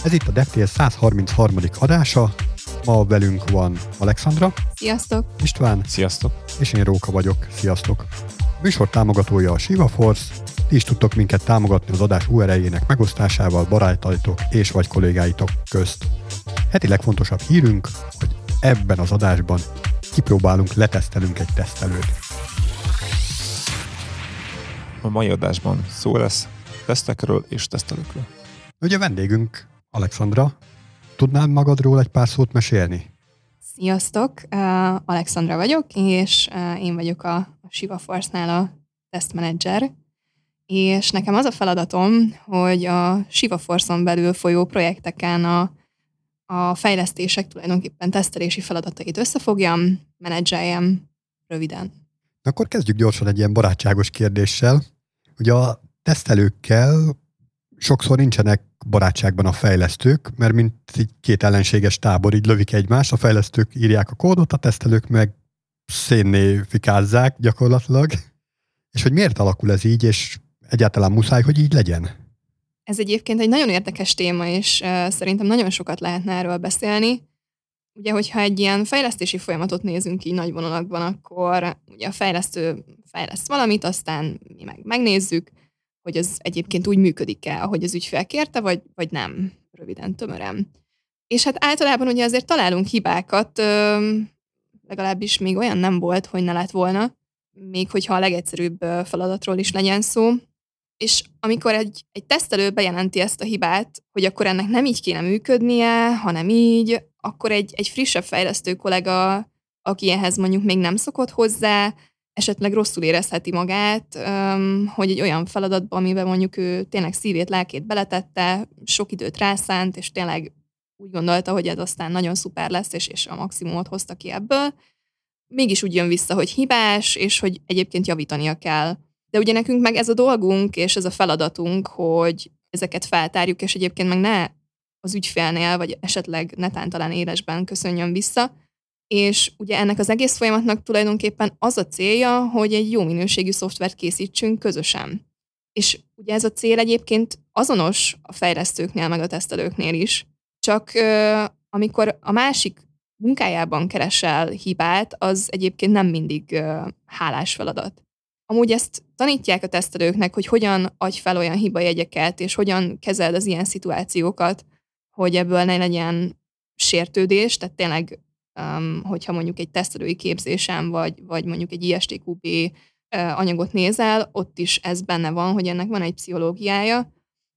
Ez itt a DevTales 133. adása. Ma velünk van Alexandra. Sziasztok! István. Sziasztok! És én Róka vagyok. Sziasztok! A műsor támogatója a Shiva Force. Ti is tudtok minket támogatni az adás URL-jének megosztásával barátaitok és vagy kollégáitok közt. Heti legfontosabb hírünk, hogy ebben az adásban letesztelünk egy tesztelőt. A mai adásban szó lesz tesztekről és tesztelőkről. Ugye vendégünk Alexandra. Tudnál magadról egy pár szót mesélni? Sziasztok! Alexandra vagyok, és én vagyok a Shiva Force-nál a tesztmenedzser, és nekem az a feladatom, hogy a Shiva Force-on belül folyó projekteken a fejlesztések tulajdonképpen tesztelési feladatait összefogjam, menedzseljem röviden. Akkor kezdjük gyorsan egy ilyen barátságos kérdéssel. Ugye a tesztelőkkel sokszor nincsenek barátságban a fejlesztők, mert mint így két ellenséges tábor, így lövik egymást, a fejlesztők írják a kódot, a tesztelők meg szénné fikázzák gyakorlatilag. És hogy miért alakul ez így, és egyáltalán muszáj, hogy így legyen? Ez egyébként egy nagyon érdekes téma, és szerintem nagyon sokat lehetne erről beszélni. Ugye, hogyha egy ilyen fejlesztési folyamatot nézünk így nagy vonalakban, akkor ugye a fejlesztő fejleszt valamit, aztán mi megnézzük, hogy az egyébként úgy működik-e, ahogy az ügyfél kérte, vagy nem, röviden, tömören. És hát általában ugye azért találunk hibákat, legalábbis még olyan nem volt, hogy ne lett volna, még hogyha a legegyszerűbb feladatról is legyen szó. És amikor egy tesztelő bejelenti ezt a hibát, hogy akkor ennek nem így kéne működnie, hanem így, akkor egy frissebb fejlesztő kollega, aki ehhez mondjuk még nem szokott hozzá, esetleg rosszul érezheti magát, hogy egy olyan feladatban, amiben mondjuk ő tényleg szívét, lelkét beletette, sok időt rászánt, és tényleg úgy gondolta, hogy ez aztán nagyon szuper lesz, és a maximumot hozta ki ebből, mégis úgy jön vissza, hogy hibás, és hogy egyébként javítania kell. De ugye nekünk meg ez a dolgunk, és ez a feladatunk, hogy ezeket feltárjuk, és egyébként meg ne az ügyfélnél, vagy esetleg talán élesben köszönjön vissza. És ugye ennek az egész folyamatnak tulajdonképpen az a célja, hogy egy jó minőségű szoftvert készítsünk közösen. És ugye ez a cél egyébként azonos a fejlesztőknél, meg a tesztelőknél is, csak amikor a másik munkájában keresel hibát, az egyébként nem mindig hálás feladat. Amúgy ezt tanítják a tesztelőknek, hogy hogyan adj fel olyan hibajegyeket, és hogyan kezeld az ilyen szituációkat, hogy ebből ne legyen sértődés, tehát tényleg hogyha mondjuk egy tesztelői képzésen, vagy mondjuk egy ISTQB anyagot nézel, ott is ez benne van, hogy ennek van egy pszichológiája,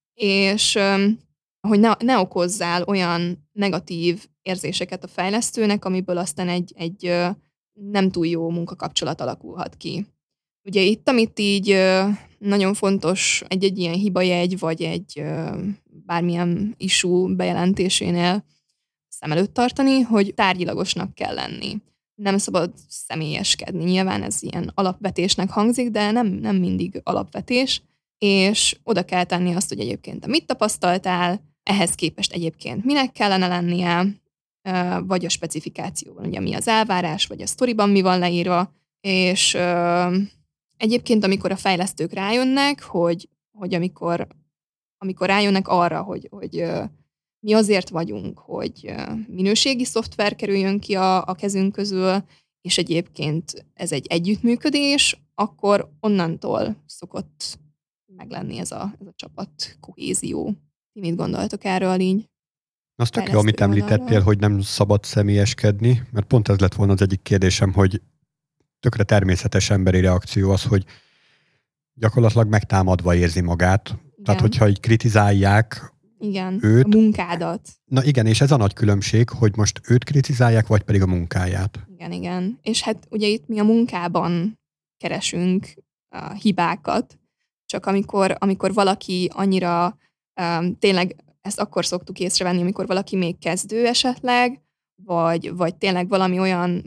és hogy ne okozzál olyan negatív érzéseket a fejlesztőnek, amiből aztán egy nem túl jó munkakapcsolat alakulhat ki. Ugye itt, amit így nagyon fontos egy ilyen hibajegy, vagy egy bármilyen issue bejelentésénél szem előtt tartani, hogy tárgyilagosnak kell lenni. Nem szabad személyeskedni. Nyilván ez ilyen alapvetésnek hangzik, de nem mindig alapvetés, és oda kell tenni azt, hogy egyébként te mit tapasztaltál, ehhez képest egyébként minek kellene lennie, vagy a specifikációban, ugye mi az elvárás, vagy a sztoriban mi van leírva, és egyébként amikor a fejlesztők rájönnek, hogy amikor rájönnek arra, hogy mi azért vagyunk, hogy minőségi szoftver kerüljön ki a kezünk közül, és egyébként ez egy együttműködés, akkor onnantól szokott meglenni ez a csapat kohézió. Ti mit gondoltok erről így? Az tök jó, amit említettél, hogy nem szabad személyeskedni, mert pont ez lett volna az egyik kérdésem, hogy tökre természetes emberi reakció az, hogy gyakorlatilag megtámadva érzi magát. Igen. Tehát, hogyha így kritizálják őt. A munkádat. Na igen, és ez a nagy különbség, hogy most őt kritizálják, vagy pedig a munkáját. Igen. És hát ugye itt mi a munkában keresünk hibákat, csak amikor valaki annyira tényleg ezt akkor szoktuk észrevenni, amikor valaki még kezdő esetleg, vagy tényleg valami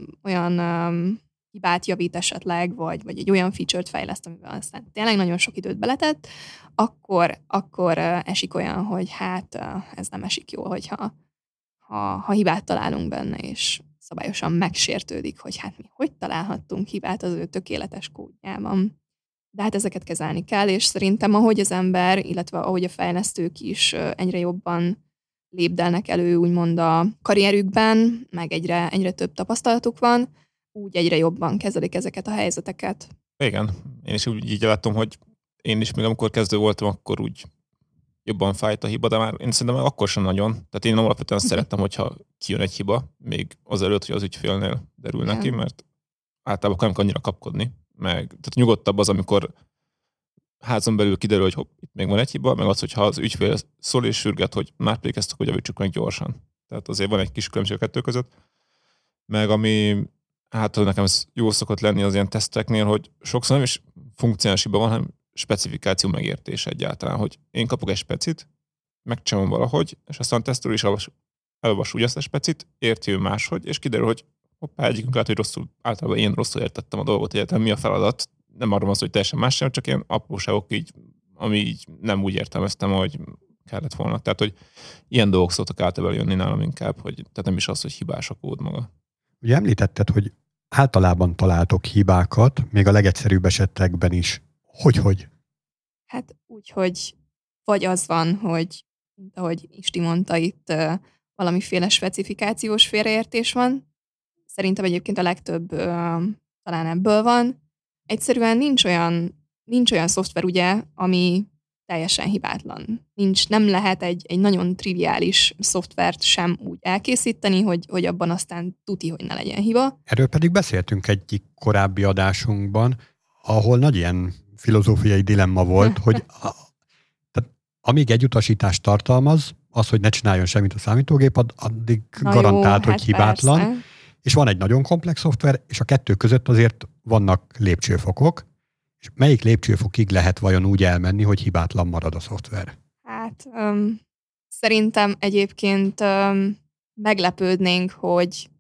olyan hibát javít esetleg, vagy egy olyan feature-t fejleszt, amivel aztán tényleg nagyon sok időt beletett, akkor esik olyan, hogy hát ez nem esik jól, hogyha hibát találunk benne, és szabályosan megsértődik, hogy hát mi hogy találhattunk hibát az ő tökéletes kódjában. De hát ezeket kezelni kell, és szerintem ahogy az ember, illetve ahogy a fejlesztők is egyre jobban lépdelnek elő úgymond a karrierükben, meg egyre több tapasztalatuk van, úgy egyre jobban kezelik ezeket a helyzeteket. Igen, én is úgy így látom, hogy én is még amikor kezdő voltam, akkor úgy jobban fájt a hiba, de már én szerintem akkor sem nagyon. Tehát én alapvetően szerettem, hogyha kijön egy hiba, még azelőtt, hogy az ügyfélnél derül neki, mert általában nem kell annyira kapkodni. Tehát nyugodtabb az, amikor házon belül kiderül, hogy hopp, itt még van egy hiba, meg az, hogyha az ügyfél szól és sürget, hogy már pedig ezt akkor javítsuk meg gyorsan. Tehát azért van egy kis különbség a kettő között. Meg ami nekem ez jó szokott lenni az ilyen teszteknél, hogy sokszor nem is funkcionális hiba van, hanem specifikáció megértés egyáltalán, hogy én kapok egy specit, megcsinálom valahogy, és aztán a tesztelő is elolvas úgy ezt a specit, érti ő máshogy, és kiderül, hogy hoppá, egyikünk lehet, hogy általában én rosszul értettem a dolgot, egyáltalán mi a feladat, nem arról van szó, hogy teljesen más sem, csak ilyen apróságok így, ami így nem úgy értelmeztem, hogy kellett volna. Tehát, hogy ilyen dolgok szoktak általában jönni nálam inkább, hogy tehát nem is az, hogy hibás a kód maga. Ugye említetted, hogy általában találtok hibákat, még a legegyszerűbb esetekben is. Hogy? Hát úgy, hogy vagy az van, hogy, mint ahogy Isti mondta, itt valamiféle specifikációs félreértés van. Szerintem egyébként a legtöbb talán ebből van. Egyszerűen nincs olyan szoftver, ugye, ami teljesen hibátlan. Nem lehet egy nagyon triviális szoftvert sem úgy elkészíteni, hogy abban aztán tuti, hogy ne legyen hiba. Erről pedig beszéltünk egyik korábbi adásunkban, ahol nagy ilyen filozófiai dilemma volt, hogy tehát amíg egy utasítást tartalmaz, az, hogy ne csináljon semmit a számítógép, addig garantált, hogy hibátlan. Persze. És van egy nagyon komplex szoftver, és a kettő között azért vannak lépcsőfokok, és melyik lépcsőfokig lehet vajon úgy elmenni, hogy hibátlan marad a szoftver? Hát szerintem egyébként meglepődnénk, hogy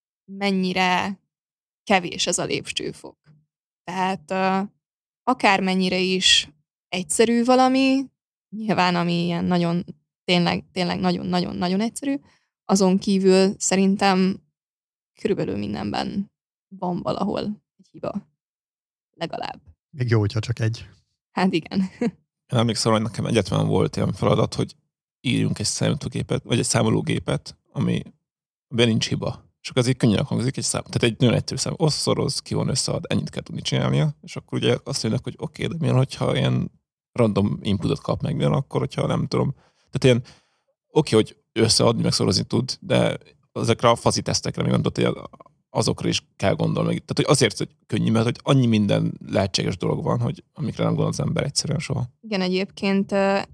mennyire kevés ez a lépcsőfok. Tehát akármennyire is egyszerű valami, nyilván ami ilyen nagyon, tényleg nagyon-nagyon-nagyon egyszerű, azon kívül szerintem körülbelül mindenben van valahol egy hiba. Legalább. Még jó, hogyha csak egy. Hát igen. Én emlékszem, hogy nekem egyetlen volt ilyen feladat, hogy írjunk egy számítógépet, vagy egy számológépet, amiben nincs hiba. És akkor az így könnyen hangzik egy szám. Tehát egy nagyon egyszerű szám. Osszoroz, ki van összead, ennyit kell tudni csinálnia. És akkor ugye azt mondják, hogy oké, de milyen, hogyha ilyen random inputot kap meg, milyen akkor, hogyha nem tudom. Tehát ilyen oké, hogy összeadni, meg szorozni tud, de ezekre a fazi tesztekre még gondolt, hogy azokra is kell gondolni. Tehát hogy azért, hogy könnyű, mert hogy annyi minden lehetséges dolog van, hogy amikre nem gondol az ember egyszerűen soha. Igen, egyébként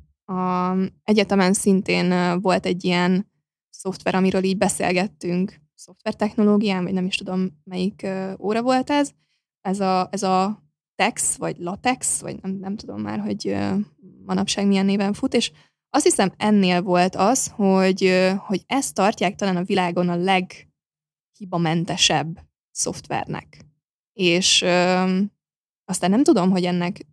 a egyetemen szintén volt egy ilyen szoftver, amiről így beszélgettünk, szoftvertechnológián, vagy nem is tudom, melyik óra volt ez. Ez a TeX, vagy LaTeX, vagy nem tudom már, hogy manapság milyen néven fut, és azt hiszem ennél volt az, hogy ezt tartják talán a világon a leghibamentesebb szoftvernek. És aztán nem tudom, hogy ennek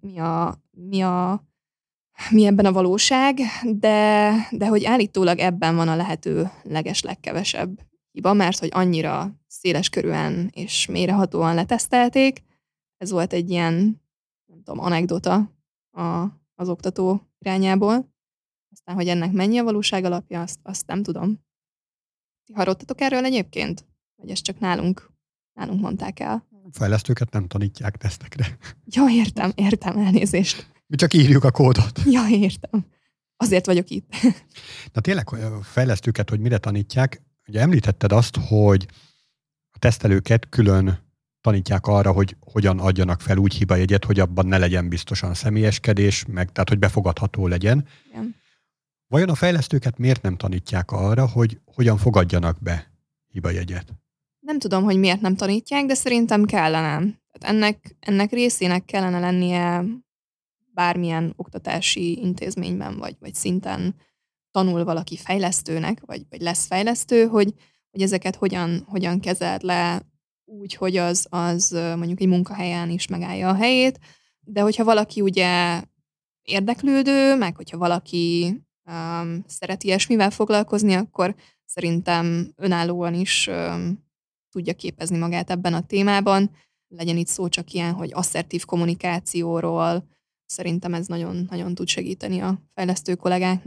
mi ebben a valóság, de hogy állítólag ebben van a lehető legkevesebb hiba, mert hogy annyira széleskörűen és mélyrehatóan letesztelték. Ez volt egy ilyen, nem tudom, anekdota az oktató irányából. Aztán, hogy ennek mennyi a valóság alapja, azt nem tudom. Ti hallottatok erről egyébként? Vagy ezt csak nálunk mondták el? Fejlesztőket nem tanítják tesztekre. Ja, értem, elnézést. Mi csak írjuk a kódot. Ja, értem. Azért vagyok itt. Na tényleg a fejlesztőket, hogy mire tanítják, ugye említetted azt, hogy a tesztelőket külön tanítják arra, hogy hogyan adjanak fel úgy hibajegyet, hogy abban ne legyen biztosan személyeskedés, tehát hogy befogadható legyen. Igen. Vajon a fejlesztőket miért nem tanítják arra, hogy hogyan fogadjanak be hibajegyet? Nem tudom, hogy miért nem tanítják, de szerintem kellene. Tehát ennek részének kellene lennie bármilyen oktatási intézményben, vagy szinten tanul valaki fejlesztőnek, vagy lesz fejlesztő, hogy ezeket hogyan kezeld le úgy, hogy az mondjuk egy munkahelyen is megállja a helyét, de hogyha valaki ugye érdeklődő, meg hogyha valaki szereti ilyesmivel foglalkozni, akkor szerintem önállóan is tudja képezni magát ebben a témában. Legyen itt szó csak ilyen, hogy asszertív kommunikációról, szerintem ez nagyon, nagyon tud segíteni a fejlesztő kollégáknak.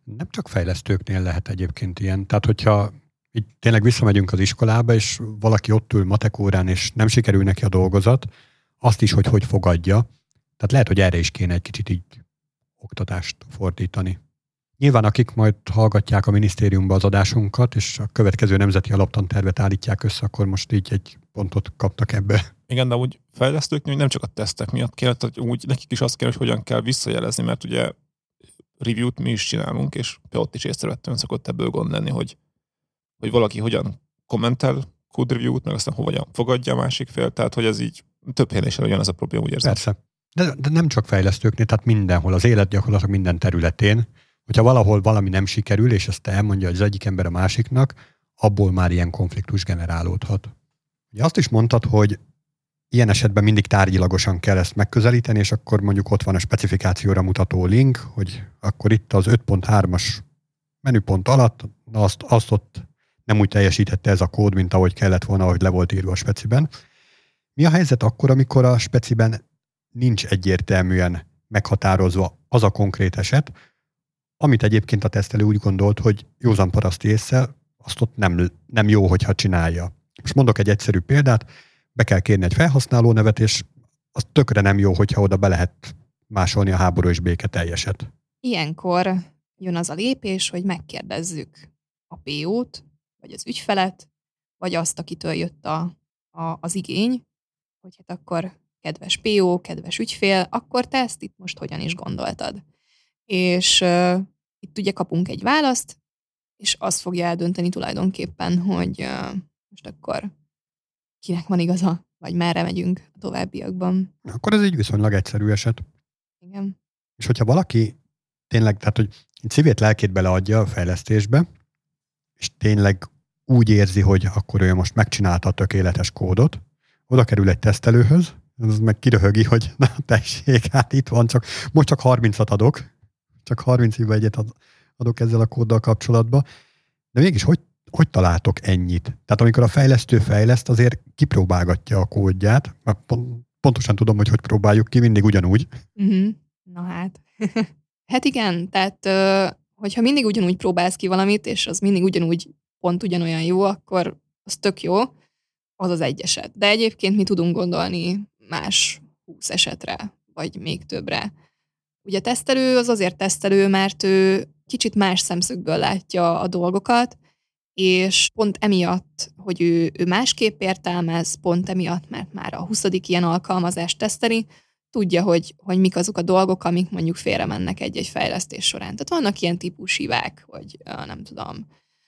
Nem csak fejlesztőknél lehet egyébként ilyen. Tehát, hogyha így tényleg visszamegyünk az iskolába, és valaki ott ül matek órán, és nem sikerül neki a dolgozat, azt is, hogy fogadja. Tehát lehet, hogy erre is kéne egy kicsit így oktatást fordítani. Nyilván akik majd hallgatják a minisztériumba az adásunkat, és a következő nemzeti alaptantervet állítják össze, akkor most így egy pontot kaptak ebbe. Igen, de úgy fejlesztőknél nem csak a tesztek miatt kell, tehát úgy nekik is azt kell, hogy hogyan kell visszajelezni, mert ugye review-t mi is csinálunk, és ott is észrevettem, szokott ebből gond lenni, hogy valaki hogyan kommentel code review-t, meg aztán hogyan fogadja a másik fél, tehát hogy ez így több helyen is ugyanaz a probléma, úgy érzem. Persze. De nem csak fejlesztőknél, tehát mindenhol, az élet gyakorlatilag minden területén, hogyha valahol valami nem sikerül, és ezt elmondja az egyik ember a másiknak, abból már ilyen konfliktus generálódhat. Ugye azt is mondtad, hogy ilyen esetben mindig tárgyilagosan kell ezt megközelíteni, és akkor mondjuk ott van a specifikációra mutató link, hogy akkor itt az 5.3-as menüpont alatt, azt ott nem úgy teljesítette ez a kód, mint ahogy kellett volna, ahogy le volt írva a speciben. Mi a helyzet akkor, amikor a speciben nincs egyértelműen meghatározva az a konkrét eset, amit egyébként a tesztelő úgy gondolt, hogy józan paraszti ésszel, azt ott nem jó, hogyha csinálja. Most mondok egy egyszerű példát, be kell kérni egy felhasználó nevet, és az tökre nem jó, hogyha oda be lehet másolni a háború és béke teljeset. Ilyenkor jön az a lépés, hogy megkérdezzük a PO-t, vagy az ügyfelet, vagy azt, akitől jött az igény, hogy hát akkor kedves PO, kedves ügyfél, akkor te ezt itt most hogyan is gondoltad? És itt ugye kapunk egy választ, és az fogja eldönteni tulajdonképpen, hogy most akkor kinek van igaza, vagy merre megyünk a továbbiakban. Akkor ez egy viszonylag egyszerű eset. Igen. És hogyha valaki tényleg, tehát hogy szívét, lelkét beleadja a fejlesztésbe, és tényleg úgy érzi, hogy akkor ő most megcsinálta a tökéletes kódot, oda kerül egy tesztelőhöz, az meg kiröhögi, hogy na tessék, hát itt van, most csak 30-at adok, csak 30 hiba egyet adok ezzel a kóddal kapcsolatban, de mégis hogy találtok ennyit? Tehát amikor a fejlesztő fejleszt, azért kipróbálgatja a kódját, mert pontosan tudom, hogy próbáljuk ki, mindig ugyanúgy. Uh-huh. Na hát. Hát igen, tehát hogyha mindig ugyanúgy próbálsz ki valamit, és az mindig ugyanúgy, pont ugyanolyan jó, akkor az tök jó, az az egy eset. De egyébként mi tudunk gondolni más 20 esetre, vagy még többre. Ugye a tesztelő az azért tesztelő, mert ő kicsit más szemszögből látja a dolgokat, és pont emiatt, hogy ő másképp értelmez, pont emiatt, mert már a 20. ilyen alkalmazást teszteli, tudja, hogy mik azok a dolgok, amik mondjuk félre mennek egy-egy fejlesztés során. Tehát vannak ilyen típus hibák, hogy nem tudom,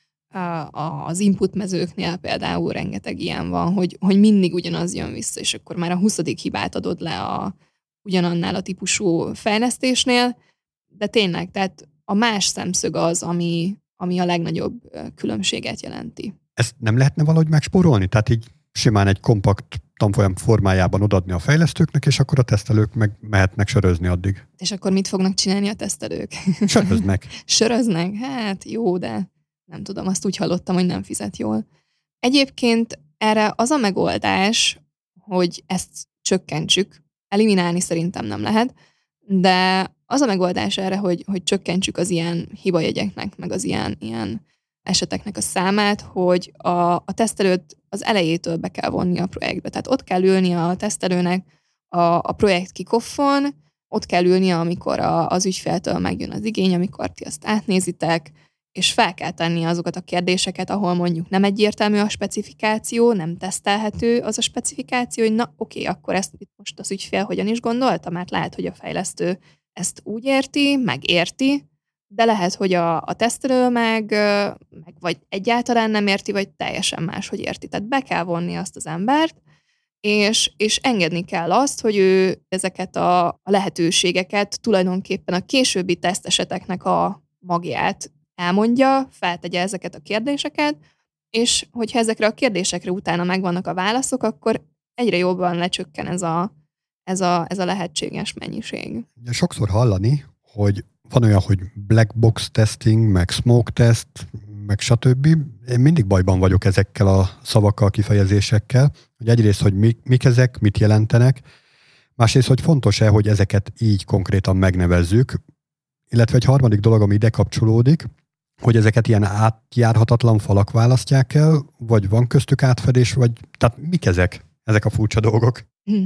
az input mezőknél például rengeteg ilyen van, hogy mindig ugyanaz jön vissza, és akkor már a 20. hibát adod le ugyanannál a típusú fejlesztésnél, de tényleg, tehát a más szemszög az, ami a legnagyobb különbséget jelenti. Ezt nem lehetne valahogy megspórolni? Tehát így simán egy kompakt tanfolyam formájában odaadni a fejlesztőknek, és akkor a tesztelők meg mehetnek sörözni addig. És akkor mit fognak csinálni a tesztelők? Söröznek. Söröznek? Hát jó, de nem tudom, azt úgy hallottam, hogy nem fizet jól. Egyébként erre az a megoldás, hogy ezt csökkentsük, eliminálni szerintem nem lehet, de az a megoldás erre, hogy csökkentsük az ilyen hibajegyeknek, meg az ilyen eseteknek a számát, hogy a tesztelőt az elejétől be kell vonni a projektbe. Tehát ott kell ülni a tesztelőnek a projekt kick-offon, ott kell ülnie, amikor az ügyféltől megjön az igény, amikor ti azt átnézitek, és fel kell tenni azokat a kérdéseket, ahol mondjuk nem egyértelmű a specifikáció, nem tesztelhető az a specifikáció, hogy na oké, akkor ezt itt most az ügyfél hogyan is gondolta, mert lehet, hogy a fejlesztő ezt úgy érti, megérti, de lehet, hogy a tesztelő meg vagy egyáltalán nem érti, vagy teljesen máshogy érti. Tehát be kell vonni azt az embert, és engedni kell azt, hogy ő ezeket a lehetőségeket tulajdonképpen a későbbi teszteseteknek a magját elmondja, feltegye ezeket a kérdéseket, és hogyha ezekre a kérdésekre utána megvannak a válaszok, akkor egyre jobban lecsökken ez a lehetséges mennyiség. Sokszor hallani, hogy van olyan, hogy black box testing, meg smoke test, meg stb. Én mindig bajban vagyok ezekkel a szavakkal, kifejezésekkel, hogy egyrészt, hogy mik ezek, mit jelentenek, másrészt, hogy fontos-e, hogy ezeket így konkrétan megnevezzük, illetve egy harmadik dolog, ami ide kapcsolódik, hogy ezeket ilyen átjárhatatlan falak választják el, vagy van köztük átfedés, vagy tehát mik ezek a furcsa dolgok?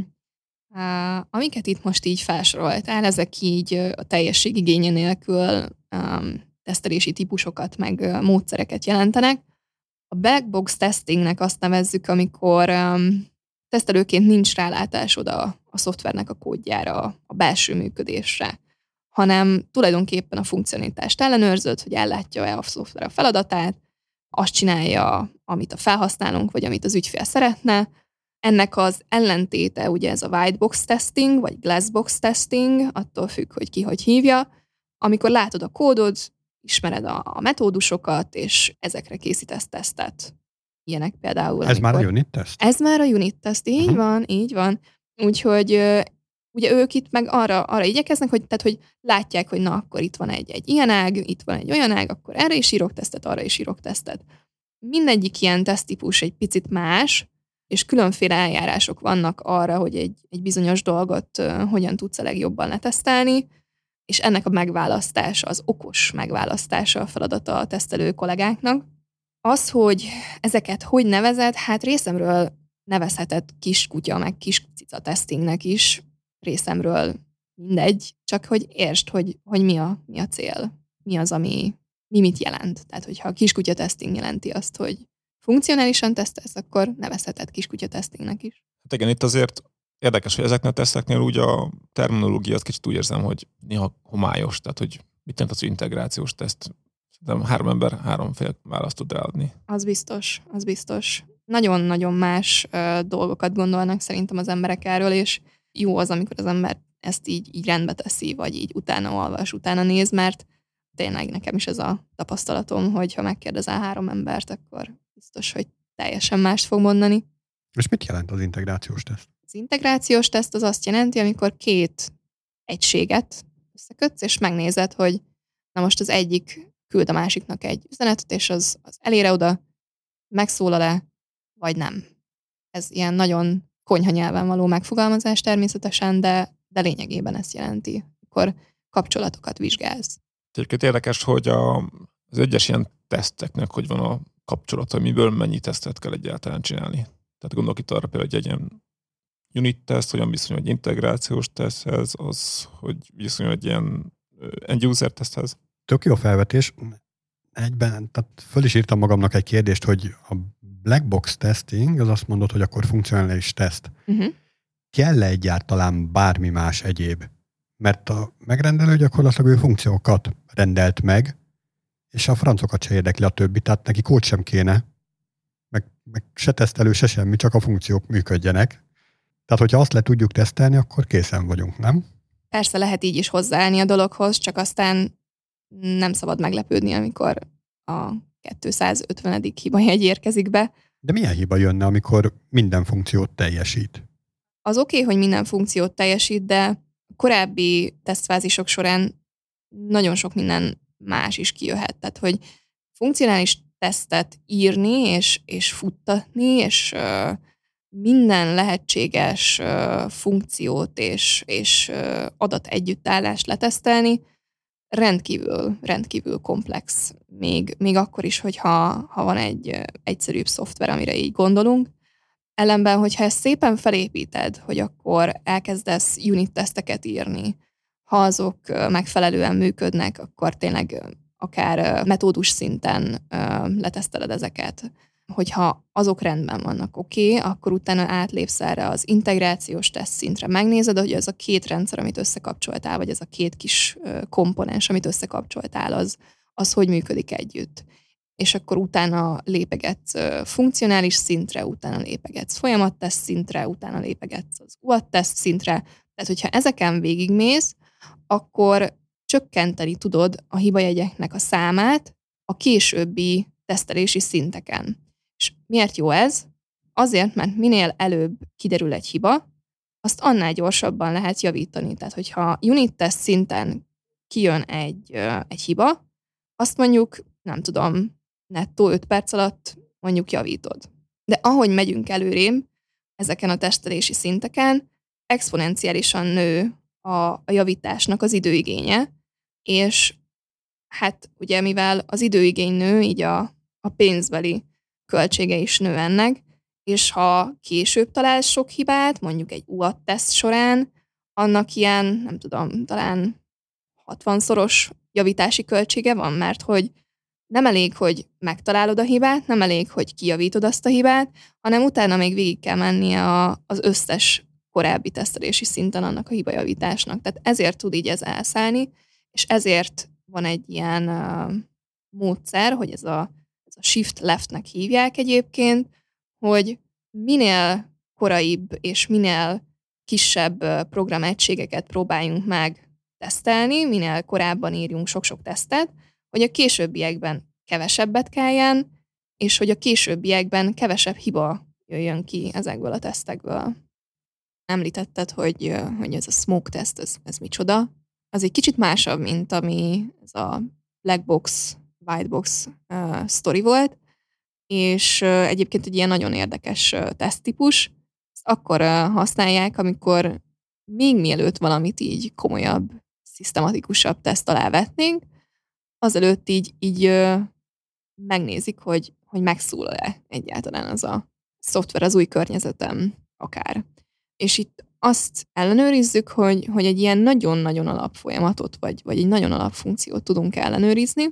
Amiket itt most így felsoroltál, ezek így a teljesség igénye nélkül tesztelési típusokat, meg módszereket jelentenek. A black box testingnek azt nevezzük, amikor tesztelőként nincs rálátásod a szoftvernek a kódjára, a belső működésre, hanem tulajdonképpen a funkcionalitást ellenőrzöd, hogy ellátja-e a szoftver a feladatát, azt csinálja, amit a felhasználónk, vagy amit az ügyfél szeretne. Ennek az ellentéte ugye ez a white box testing, vagy glass box testing, attól függ, hogy ki hogy hívja, amikor látod a kódod, ismered a metódusokat, és ezekre készítesz tesztet. Ilyenek például. Ez már a unit test? Ez már a unit test, így van. Úgyhogy ugye ők itt meg arra igyekeznek, hogy látják, hogy na, akkor itt van egy ilyen ág, itt van egy olyan ág, akkor erre is írok tesztet, arra is írok tesztet. Mindegyik ilyen teszttípus egy picit más, és különféle eljárások vannak arra, hogy egy bizonyos dolgot hogyan tudsz a legjobban letesztelni, és ennek a megválasztása, az okos megválasztása a feladata a tesztelő kollégáknak. Az, hogy ezeket hogy nevezed, hát részemről nevezheted kiskutya, meg kiscica testingnek is, részemről mindegy, csak hogy értsd, hogy mi a cél, mi az, ami mit jelent. Tehát, hogyha a kiskutya testing jelenti azt, hogy funkcionálisan tesztelsz, akkor nevezheted kiskutya testingnek is. Hát igen, itt azért érdekes, hogy ezeknél a teszteknél úgy a terminológia, az kicsit úgy érzem, hogy néha homályos, tehát hogy mit jelent az, hogy integrációs teszt. Szerintem 3 ember 3 fél választ tud ráadni. Az biztos. Nagyon-nagyon más dolgokat gondolnak szerintem az emberek erről, és jó az, amikor az ember ezt így rendbe teszi, vagy így utána olvas, utána néz, mert tényleg nekem is ez a tapasztalatom, hogy ha megkérdezel 3 embert, akkor biztos, hogy teljesen mást fog mondani. És mit jelent az integrációs teszt? Az integrációs teszt az azt jelenti, amikor 2 egységet összekötsz, és megnézed, hogy na most az egyik küld a másiknak egy üzenetet, és az elére oda, megszólal-e, vagy nem. Ez ilyen nagyon konyha nyelven való megfogalmazás természetesen, de lényegében ezt jelenti, akkor kapcsolatokat vizsgálsz. Egyébként érdekes, hogy az egyes ilyen teszteknek hogy van a kapcsolata, miből mennyi tesztet kell egyáltalán csinálni. Tehát gondolok itt arra például, hogy egy ilyen unit teszt, hogyan viszonyul egy integrációs teszthez, az, hogy viszonyul egy ilyen end-user teszthez. Tök jó felvetés. Egyben, tehát föl is írtam magamnak egy kérdést, hogy a black box testing, az azt mondod, hogy akkor funkcionális teszt. Kell-e egyáltalán bármi más egyéb? Mert a megrendelő gyakorlatilag ő funkciókat rendelt meg, és a francokat se érdekli a többi, tehát neki kód sem kéne, meg se tesztelő, se semmi, csak a funkciók működjenek. Tehát, hogyha azt le tudjuk tesztelni, akkor készen vagyunk, nem? Persze lehet így is hozzáállni a dologhoz, csak aztán nem szabad meglepődni, amikor a 250. hibajegy érkezik be. De milyen hiba jönne, amikor minden funkciót teljesít? Az oké, hogy minden funkciót teljesít, de korábbi tesztfázisok során nagyon sok minden más is kijöhet. Tehát, hogy funkcionális tesztet írni, és futtatni, és minden lehetséges funkciót és adat együttállást letesztelni, rendkívül komplex. Még akkor is, hogyha van egy egyszerűbb szoftver, amire így gondolunk. Ellenben, hogyha ezt szépen felépíted, hogy akkor elkezdesz unit teszteket írni, ha azok megfelelően működnek, akkor tényleg akár metódus szinten leteszteled ezeket. Hogyha azok rendben vannak oké, akkor utána átlépsz erre az integrációs teszt szintre. Megnézed, hogy ez a 2 rendszer, amit összekapcsoltál, vagy ez a 2 kis komponens, amit összekapcsoltál, az hogy működik együtt. És akkor utána lépegetsz funkcionális szintre, utána lépegetsz folyamatteszt szintre, utána lépegetsz az UAT-teszt szintre. Tehát, hogyha ezeken végigmész, akkor csökkenteni tudod a hibajegyeknek a számát a későbbi tesztelési szinteken. És miért jó ez? Azért, mert minél előbb kiderül egy hiba, azt annál gyorsabban lehet javítani. Tehát, hogyha unit test szinten kijön egy hiba, azt mondjuk, nem tudom, nettó 5 perc alatt mondjuk javítod. De ahogy megyünk előrébb ezeken a tesztelési szinteken, exponenciálisan nő a javításnak az időigénye, és hát ugye mivel az időigény nő, így a pénzbeli költsége is nő ennek, és ha később talál sok hibát, mondjuk egy UAT-teszt során, annak ilyen, nem tudom, talán 60-szoros javítási költsége van, mert hogy nem elég, hogy megtalálod a hibát, nem elég, hogy kijavítod azt a hibát, hanem utána még végig kell mennie az összes korábbi tesztelési szinten annak a hibajavításnak. Tehát ezért tud így ez elszállni, és ezért van egy ilyen módszer, hogy ez a shift leftnek hívják egyébként, hogy minél koraibb és minél kisebb programegységeket próbáljunk meg tesztelni, minél korábban írjunk sok-sok tesztet, hogy a későbbiekben kevesebbet kelljen, és hogy a későbbiekben kevesebb hiba jöjjön ki ezekből a tesztekből. Említetted, hogy ez a smoke test, ez micsoda. Az egy kicsit másabb, mint ami ez a black box, white box sztori volt, és egyébként egy ilyen nagyon érdekes teszttípus. Ezt akkor használják, amikor még mielőtt valamit így komolyabb, szisztematikusabb teszt alá vetnénk, azelőtt így megnézik, hogy megszólal-e egyáltalán az a szoftver az új környezetem akár. És itt azt ellenőrizzük, hogy egy ilyen nagyon-nagyon alapfolyamatot, vagy egy nagyon alapfunkciót tudunk ellenőrizni.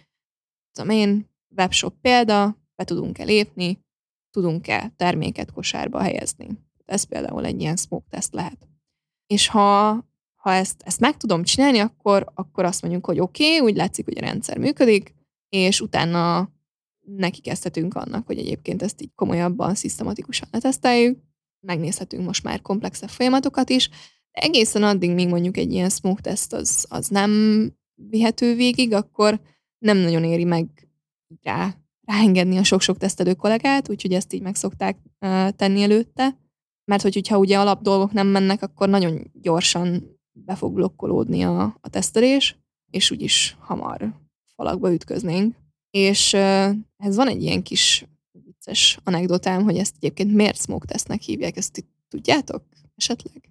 Az én webshop példa, be tudunk-e lépni, tudunk-e terméket kosárba helyezni. Ez például egy ilyen smoke test lehet. És ha ezt meg tudom csinálni, akkor azt mondjuk, hogy oké, úgy látszik, hogy a rendszer működik, és utána neki kezdhetünk annak, hogy egyébként ezt így komolyabban, szisztematikusan leteszteljük, megnézhetünk most már komplexebb folyamatokat is, de egészen addig, míg mondjuk egy ilyen smoke test az nem vihető végig, akkor nem nagyon éri meg ráengedni a sok-sok tesztelő kollégát, úgyhogy ezt így meg szokták tenni előtte, mert hogyha ugye alap dolgok nem mennek, akkor nagyon gyorsan be fog blokkolódni a tesztelés, és úgyis hamar falakba ütköznénk. És ez van egy ilyen kis vicces anekdotám, hogy ezt egyébként miért smoke testnek hívják, ezt tudjátok esetleg?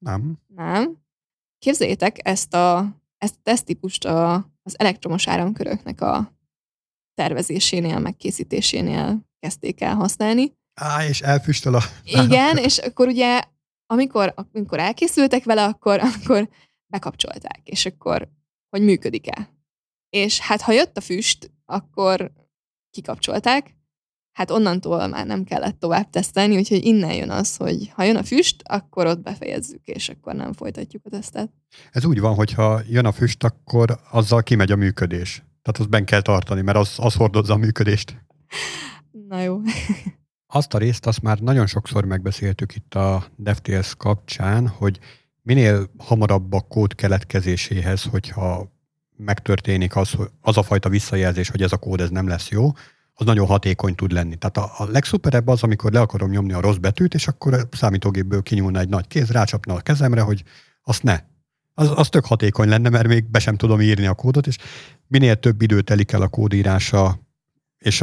Nem? Képzeljétek, ezt a teszttípust az elektromos áramköröknek a tervezésénél, megkészítésénél kezdték el használni. És elfüstöl a... Igen, és akkor ugye, amikor elkészültek vele, akkor bekapcsolták, és akkor, hogy működik-e. És hát, ha jött a füst, akkor kikapcsolták, hát onnantól már nem kellett tovább tesztelni, úgyhogy innen jön az, hogy ha jön a füst, akkor ott befejezzük, és akkor nem folytatjuk a tesztet. Ez úgy van, hogyha jön a füst, akkor azzal kimegy a működés. Tehát azt benn kell tartani, mert az hordozza a működést. Na jó. Azt a részt, azt már nagyon sokszor megbeszéltük itt a DevTales kapcsán, hogy minél hamarabb a kód keletkezéséhez, hogyha megtörténik az a fajta visszajelzés, hogy ez a kód ez nem lesz jó, az nagyon hatékony tud lenni. Tehát a legszuperebb az, amikor le akarom nyomni a rossz betűt, és akkor a számítógépből kinyúlna egy nagy kéz, rácsapna a kezemre, hogy azt ne. Az tök hatékony lenne, mert még be sem tudom írni a kódot, és minél több idő telik el a kódírása és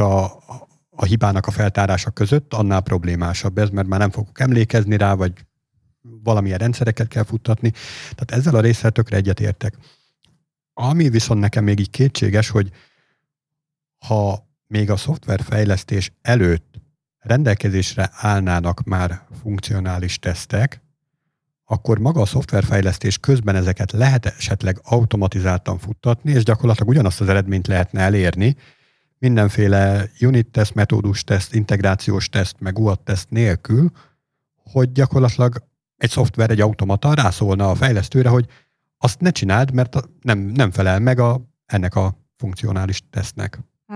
a hibának a feltárása között, annál problémásabb ez, mert már nem fogok emlékezni rá, vagy valamilyen rendszereket kell futtatni. Tehát ezzel a résszel tökre egyetértek. Ami viszont nekem még így kétséges, hogy ha még a szoftverfejlesztés előtt rendelkezésre állnának már funkcionális tesztek, akkor maga a szoftverfejlesztés közben ezeket lehet esetleg automatizáltan futtatni, és gyakorlatilag ugyanazt az eredményt lehetne elérni, mindenféle unit teszt, metódus teszt, integrációs teszt, meg UAT teszt nélkül, hogy gyakorlatilag egy szoftver, egy automata rászólna a fejlesztőre, hogy azt ne csináld, mert nem felel meg ennek a funkcionális tesztnek.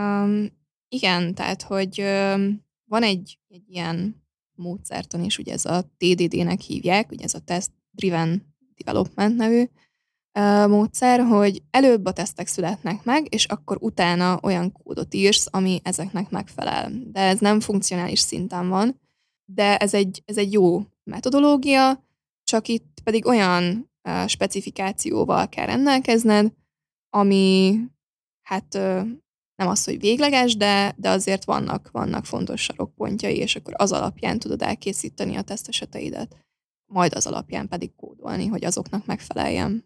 Igen, tehát, hogy van egy ilyen módszertan is, ugye ez a TDD-nek hívják, ugye ez a Test Driven Development nevű módszer, hogy előbb a tesztek születnek meg, és akkor utána olyan kódot írsz, ami ezeknek megfelel. De ez nem funkcionális szinten van, de ez egy jó metodológia, csak itt pedig olyan specifikációval kell rendelkezned, ami hát nem az, hogy végleges, de azért vannak fontos sarokpontjai, és akkor az alapján tudod elkészíteni a teszteseteidet, majd az alapján pedig kódolni, hogy azoknak megfeleljen.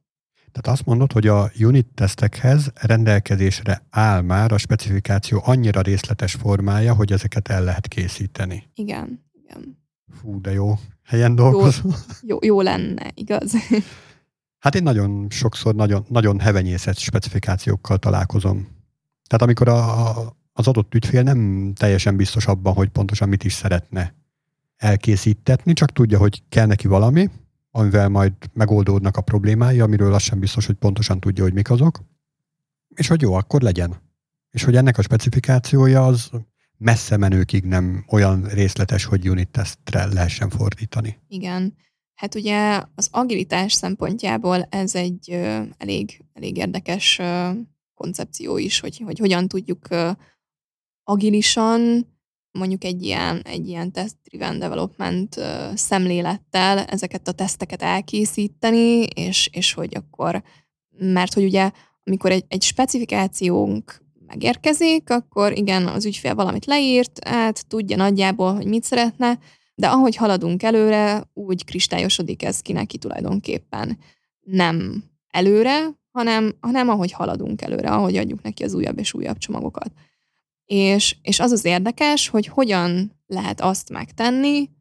Tehát azt mondod, hogy a unit tesztekhez rendelkezésre áll már a specifikáció annyira részletes formája, hogy ezeket el lehet készíteni. Igen. Fú, de jó helyen dolgozom. Jó lenne, igaz? Hát én nagyon sokszor nagyon hevenyészet specifikációkkal találkozom. Tehát amikor az adott ügyfél nem teljesen biztos abban, hogy pontosan mit is szeretne elkészítetni, csak tudja, hogy kell neki valami, amivel majd megoldódnak a problémái, amiről az sem biztos, hogy pontosan tudja, hogy mik azok, és hogy jó, akkor legyen. És hogy ennek a specifikációja az messze menőkig nem olyan részletes, hogy unit tesztre lehessen fordítani. Igen. Hát ugye az agilitás szempontjából ez egy elég érdekes koncepció is, hogy hogyan tudjuk agilisan mondjuk egy ilyen test-driven development szemlélettel ezeket a teszteket elkészíteni, és hogy akkor, mert hogy ugye amikor egy specifikációnk megérkezik, akkor igen, az ügyfél valamit leírt, hát tudja nagyjából, hogy mit szeretne, de ahogy haladunk előre, úgy kristályosodik ez ki neki tulajdonképpen. Nem előre, hanem ahogy haladunk előre, ahogy adjuk neki az újabb és újabb csomagokat. És az az érdekes, hogy hogyan lehet azt megtenni,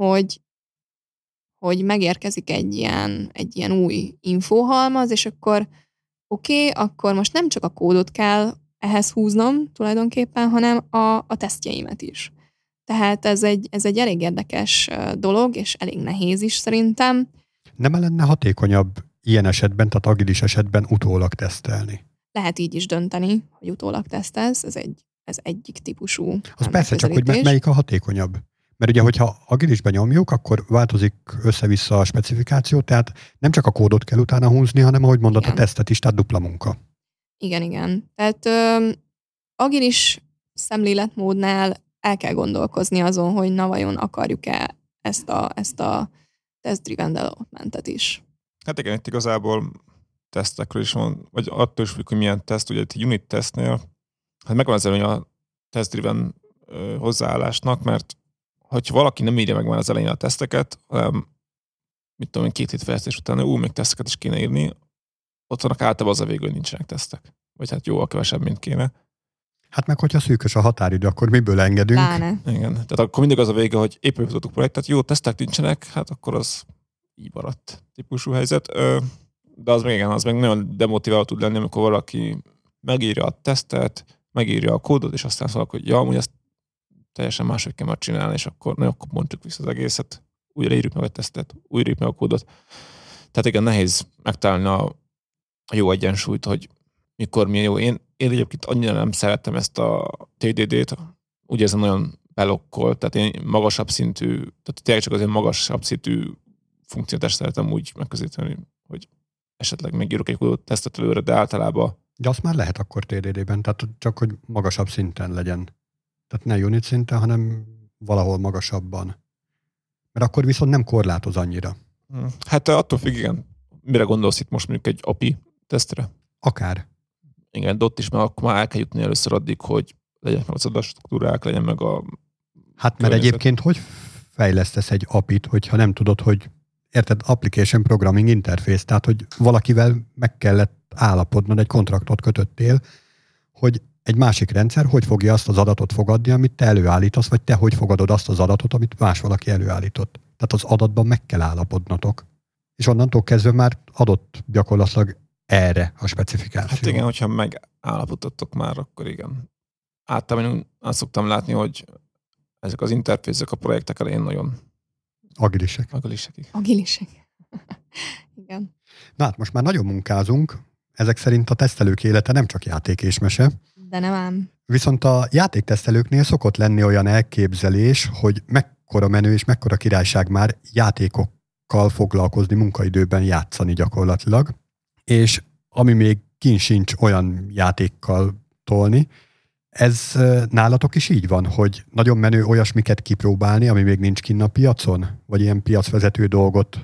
hogy megérkezik egy ilyen új infóhalmaz, és akkor akkor most nem csak a kódot kell ehhez húznom tulajdonképpen, hanem a tesztjeimet is. Tehát ez egy elég érdekes dolog, és elég nehéz is szerintem. Nem lenne hatékonyabb ilyen esetben, tehát agilis esetben utólag tesztelni? Lehet így is dönteni, hogy utólag tesztelsz, ez egyik típusú. Az persze, csak hogy melyik a hatékonyabb. Mert ugye, hogyha agilisben nyomjuk, akkor változik össze-vissza a specifikáció, tehát nem csak a kódot kell utána húzni, hanem ahogy mondod, a tesztet is, tehát dupla munka. Igen. Tehát agilis szemléletmódnál el kell gondolkozni azon, hogy na vajon akarjuk-e ezt a test-driven developmentet is. Hát igen, itt igazából tesztekről is van, vagy attól is függ, hogy milyen teszt, ugye itt egy unit tesztnél, hát megvan az előnye a test-driven hozzáállásnak, mert hogyha valaki nem írja meg már az elején a teszteket, mit tudom én, 2 hét fejlesztés után, még teszteket is kéne írni, ott vannak általában az a végül, hogy nincsenek tesztek. Vagy hát jóval kevesebb, mint kéne. Hát meg, hogyha szűkös a határidő, akkor miből engedünk? Pláne. Igen, tehát akkor mindig az a vége, hogy éppen futottuk projektet, jó, tesztek nincsenek, hát akkor az így maradt típusú helyzet. De az még nagyon demotiváló tud lenni, amikor valaki megírja a tesztet, megírja a kódot, és aztán szólok, hogy ja, amúgy ezt teljesen máshogy kell már csinálni, és akkor mondjuk vissza az egészet, újra írjuk meg a tesztet, újra írjuk meg a kódot. Tehát igen, nehéz megtalálni a jó egyensúlyt, hogy mikor milyen jó. Én egyébként annyira nem szerettem ezt a TDD-t, úgy érzem nagyon belokkol, tehát én magasabb szintű, tehát tényleg csak azért magasabb szintű funkciót szeretem úgy megközelíteni, hogy esetleg megírok egy kódot tesztet előre, de általában... De azt már lehet akkor TDD-ben, tehát csak, hogy magasabb szinten legyen. Tehát ne unit szinten, hanem valahol magasabban. Mert akkor viszont nem korlátoz annyira. Hát attól függ, igen. Mire gondolsz itt most mondjuk egy API tesztre? Akár. Igen, de ott is, mert akkor már el kell jutni először addig, hogy legyen meg az adatstruktúrák, legyen meg a... Hát mert egyébként hogy fejlesztesz egy API-t, hogyha nem tudod, hogy érted, Application Programming Interface, tehát hogy valakivel meg kellett állapodnod, egy kontraktot kötöttél, hogy egy másik rendszer hogy fogja azt az adatot fogadni, amit te előállítasz, vagy te hogy fogadod azt az adatot, amit más valaki előállított. Tehát az adatban meg kell állapodnotok. És onnantól kezdve már adott gyakorlatilag erre a specifikáció. Hát igen, hogyha megállapodtatok már, akkor igen. Általában azt szoktam látni, hogy ezek az interfészek a projektek elején nagyon agilisek. Agilisek. Igen. Na hát most már nagyon munkázunk. Ezek szerint a tesztelők élete nem csak játék és mese. De nem ám. Viszont a játéktesztelőknél szokott lenni olyan elképzelés, hogy mekkora menő és mekkora királyság már játékokkal foglalkozni, munkaidőben játszani gyakorlatilag. És ami még kint sincs olyan játékkal tolni, ez nálatok is így van, hogy nagyon menő olyasmiket kipróbálni, ami még nincs kinn a piacon? Vagy ilyen piacvezető dolgot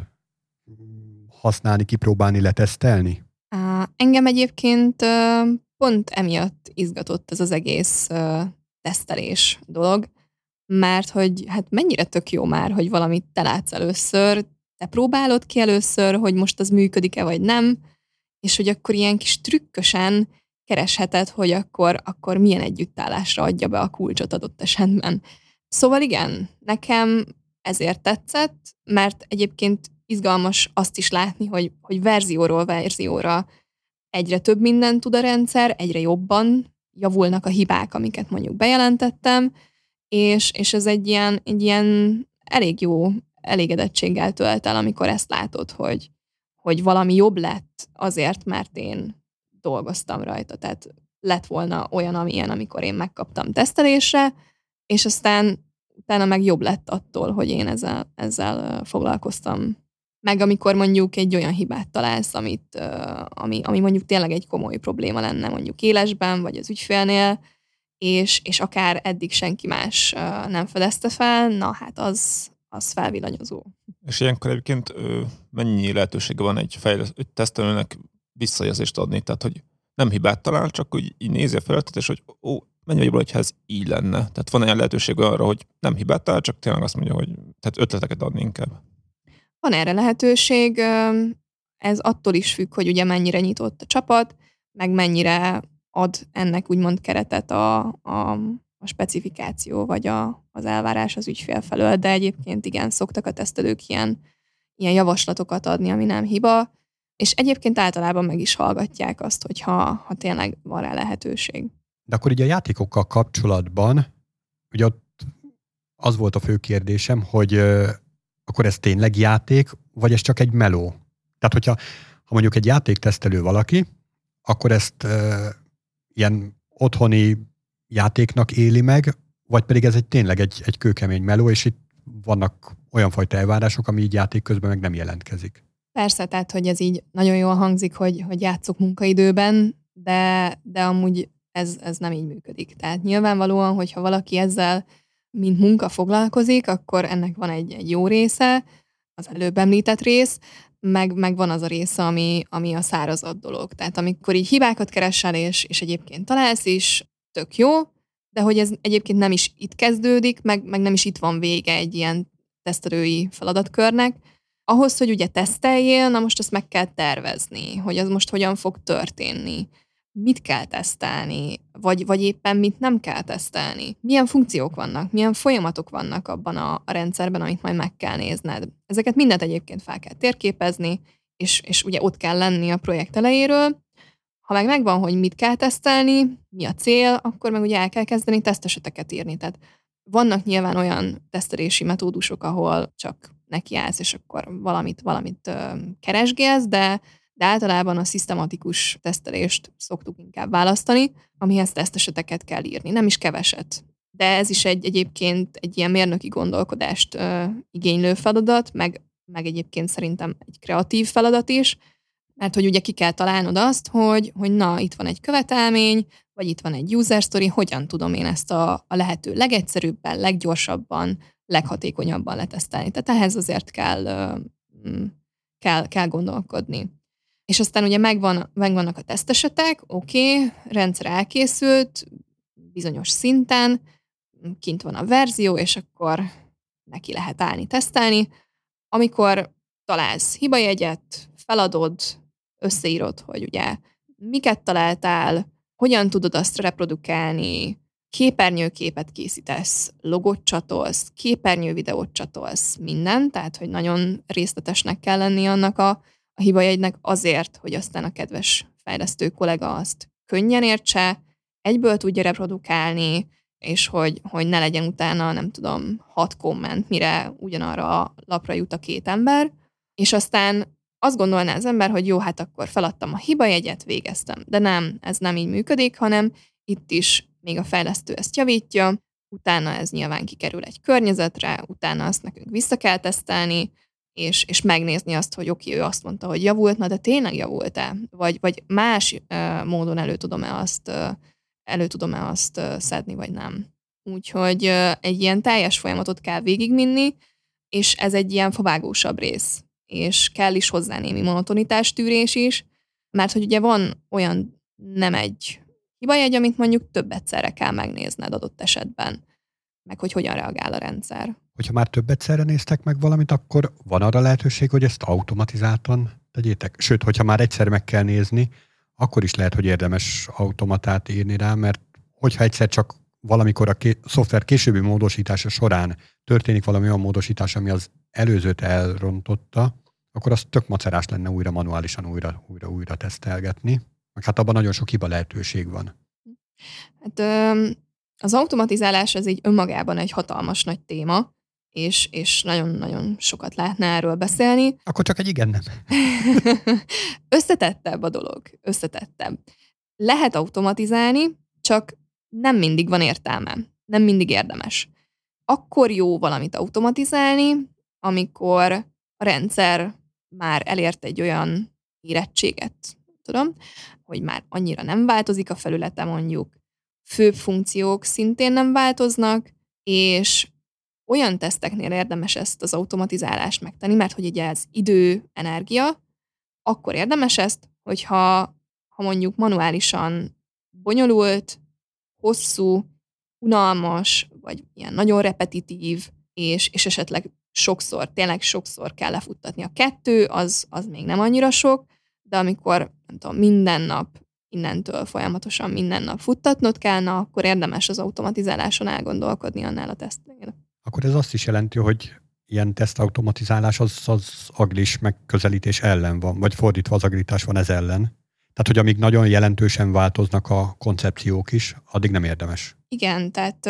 használni, kipróbálni, letesztelni? Engem egyébként pont emiatt izgatott ez az egész tesztelés dolog, mert hogy hát mennyire tök jó már, hogy valamit te látsz először, te próbálod ki először, hogy most az működik-e vagy nem, és hogy akkor ilyen kis trükkösen keresheted, hogy akkor milyen együttállásra adja be a kulcsot adott esetben. Szóval igen, nekem ezért tetszett, mert egyébként izgalmas azt is látni, hogy verzióról verzióra egyre több mindent tud a rendszer, egyre jobban javulnak a hibák, amiket mondjuk bejelentettem, és ez egy ilyen elég jó elégedettséggel tölt el, amikor ezt látod, hogy valami jobb lett azért, mert én dolgoztam rajta. Tehát lett volna olyan, amilyen, amikor én megkaptam tesztelésre, és aztán utána meg jobb lett attól, hogy én ezzel foglalkoztam. Meg amikor mondjuk egy olyan hibát találsz, ami mondjuk tényleg egy komoly probléma lenne mondjuk élesben, vagy az ügyfélnél, és akár eddig senki más nem fedezte fel, na hát az felvillanyozó. És ilyenkor egyébként mennyi lehetősége van egy tesztelőnek visszajelzést adni? Tehát, hogy nem hibát talál, csak úgy így nézi a feladatot, és hogy mennyi jobb, hogyha ez így lenne. Tehát van olyan lehetőség arra, hogy nem hibát talál, csak tényleg azt mondja, hogy tehát ötleteket adni inkább. Van erre lehetőség, ez attól is függ, hogy ugye mennyire nyitott a csapat, meg mennyire ad ennek úgymond keretet a specifikáció, vagy az elvárás az ügyfél felől, de egyébként igen, szoktak a tesztelők ilyen javaslatokat adni, ami nem hiba, és egyébként általában meg is hallgatják azt, hogyha tényleg van rá lehetőség. De akkor így a játékokkal kapcsolatban, ugye ott az volt a fő kérdésem, hogy akkor ez tényleg játék, vagy ez csak egy meló? Tehát, ha mondjuk egy játéktesztelő valaki, akkor ezt ilyen otthoni játéknak éli meg, vagy pedig ez tényleg egy kőkemény meló, és itt vannak olyan fajta elvárások, ami így játék közben meg nem jelentkezik. Persze, tehát, hogy ez így nagyon jól hangzik, hogy játszok munkaidőben, de amúgy ez nem így működik. Tehát nyilvánvalóan, hogyha valaki ezzel mint munka foglalkozik, akkor ennek van egy jó része, az előbb említett rész, meg van az a része, ami a szárazabb dolog. Tehát amikor így hibákat keresel, és egyébként találsz is, tök jó, de hogy ez egyébként nem is itt kezdődik, meg nem is itt van vége egy ilyen tesztelői feladatkörnek. Ahhoz, hogy ugye teszteljél, na most azt meg kell tervezni, hogy az most hogyan fog történni. Mit kell tesztelni, vagy éppen mit nem kell tesztelni. Milyen funkciók vannak, milyen folyamatok vannak abban a rendszerben, amit majd meg kell nézned. Ezeket mindent egyébként fel kell térképezni, és ugye ott kell lenni a projekt elejéről. Ha meg megvan, hogy mit kell tesztelni, mi a cél, akkor meg ugye el kell kezdeni teszteseteket írni. Tehát vannak nyilván olyan tesztelési metódusok, ahol csak nekiállsz, és akkor valamit keresgélsz, de általában a szisztematikus tesztelést szoktuk inkább választani, amihez teszteseteket kell írni, nem is keveset. De ez is egyébként egy ilyen mérnöki gondolkodást igénylő feladat, meg egyébként szerintem egy kreatív feladat is, mert hogy ugye ki kell találnod azt, hogy na, itt van egy követelmény, vagy itt van egy user story, hogyan tudom én ezt a lehető legegyszerűbben, leggyorsabban, leghatékonyabban letesztelni. Tehát ehhez azért kell gondolkodni. És aztán ugye megvannak a tesztesetek, oké, rendszer elkészült, bizonyos szinten, kint van a verzió, és akkor neki lehet állni, tesztelni. Amikor találsz hibajegyet, feladod, összeírod, hogy ugye miket találtál, hogyan tudod azt reprodukálni, képernyőképet készítesz, logót csatolsz, képernyővideót csatolsz, minden, tehát hogy nagyon részletesnek kell lenni annak a hibajegynek azért, hogy aztán a kedves fejlesztő kollega azt könnyen értse, egyből tudja reprodukálni, és hogy ne legyen utána, nem tudom, 6 komment, mire ugyanarra a lapra jut a 2 ember, és aztán azt gondolná az ember, hogy jó, hát akkor feladtam a hibajegyet, végeztem. De nem, ez nem így működik, hanem itt is még a fejlesztő ezt javítja, utána ez nyilván kikerül egy környezetre, utána azt nekünk vissza kell tesztelni, és megnézni azt, hogy oké, ő azt mondta, hogy javult, na de tényleg javult-e? Vagy más módon elő tudom-e azt szedni, vagy nem. Úgyhogy egy ilyen teljes folyamatot kell végigvinni, és ez egy ilyen favágósabb rész. És kell is hozzá némi monotonitástűrés is, mert hogy ugye van olyan nem egy hibajegy, amit mondjuk több egyszerre kell megnézned adott esetben, meg hogy hogyan reagál a rendszer. Hogyha már több egyszerre néztek meg valamit, akkor van arra lehetőség, hogy ezt automatizáltan tegyétek. Sőt, hogyha már egyszer meg kell nézni, akkor is lehet, hogy érdemes automatát írni rá, mert hogyha egyszer csak valamikor a szoftver későbbi módosítása során történik valami olyan módosítás, ami az előzőt elrontotta, akkor az tök macerás lenne újra manuálisan újra tesztelgetni. Meg hát abban nagyon sok hiba lehetőség van. Hát az automatizálás az így önmagában egy hatalmas nagy téma, és nagyon-nagyon sokat lehetne erről beszélni. Akkor csak egy igen nem. Összetettebb a dolog. Összetettebb. Lehet automatizálni, csak nem mindig van értelme. Nem mindig érdemes. Akkor jó valamit automatizálni, amikor a rendszer már elért egy olyan érettséget, hogy már annyira nem változik a felülete mondjuk, főbb funkciók szintén nem változnak, és olyan teszteknél érdemes ezt az automatizálást megtenni, mert hogy ugye ez idő, energia, akkor érdemes ezt, hogyha mondjuk manuálisan bonyolult, hosszú, unalmas, vagy ilyen nagyon repetitív, és esetleg tényleg sokszor kell lefuttatni. A 2, az még nem annyira sok, de amikor, nem tudom, minden nap, innentől folyamatosan minden nap futtatnod kellene, akkor érdemes az automatizáláson elgondolkodni annál a tesztnél. Akkor ez azt is jelenti, hogy ilyen tesztautomatizálás az agilis megközelítés ellen van, vagy fordítva az agilitás van ez ellen. Tehát, hogy amíg nagyon jelentősen változnak a koncepciók is, addig nem érdemes. Igen, tehát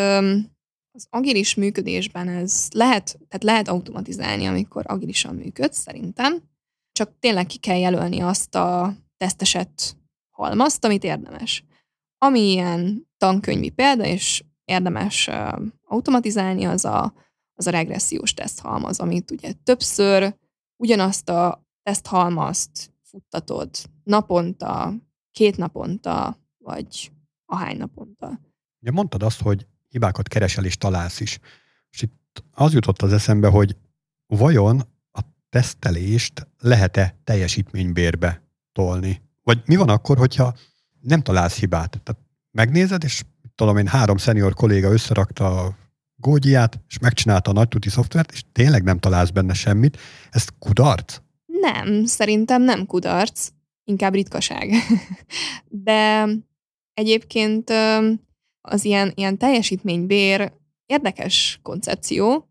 az agilis működésben ez lehet automatizálni, amikor agilisan működsz, szerintem. Csak tényleg ki kell jelölni azt a teszteset halmazt, amit érdemes. Ami ilyen tankönyvi példa, és érdemes automatizálni, az a regressziós teszthalmaz, amit ugye többször ugyanazt a teszthalmazt futtatod naponta, 2 naponta, vagy ahány naponta. Ugye mondtad azt, hogy hibákat keresel és találsz is. És itt az jutott az eszembe, hogy vajon a tesztelést lehet-e teljesítménybérbe tolni? Vagy mi van akkor, hogyha nem találsz hibát? Tehát megnézed, és tudom én 3 senior kolléga összerakta a gógyiát, és megcsinálta a nagy tuti szoftvert, és tényleg nem találsz benne semmit. Ez kudarc? Nem, szerintem nem kudarc, inkább ritkaság. De egyébként az ilyen teljesítménybér érdekes koncepció.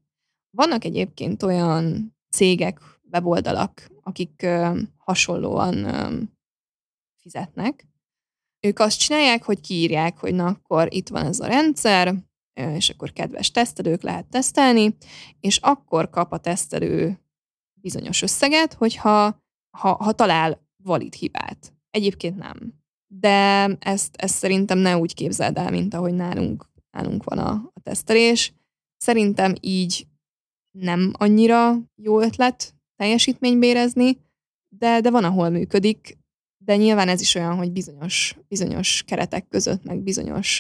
Vannak olyan cégek, weboldalak, akik hasonlóan fizetnek. Ők azt csinálják, hogy kiírják, hogy na akkor itt van ez a rendszer, és akkor kedves tesztelők lehet tesztelni, és akkor kap a tesztelő bizonyos összeget, hogyha talál valid hibát. Egyébként nem. De ezt szerintem ne úgy képzeld el, mint ahogy nálunk van a tesztelés. Szerintem így nem annyira jó ötlet teljesítménybérezni, de van, ahol működik, de nyilván ez is olyan, hogy bizonyos keretek között, meg bizonyos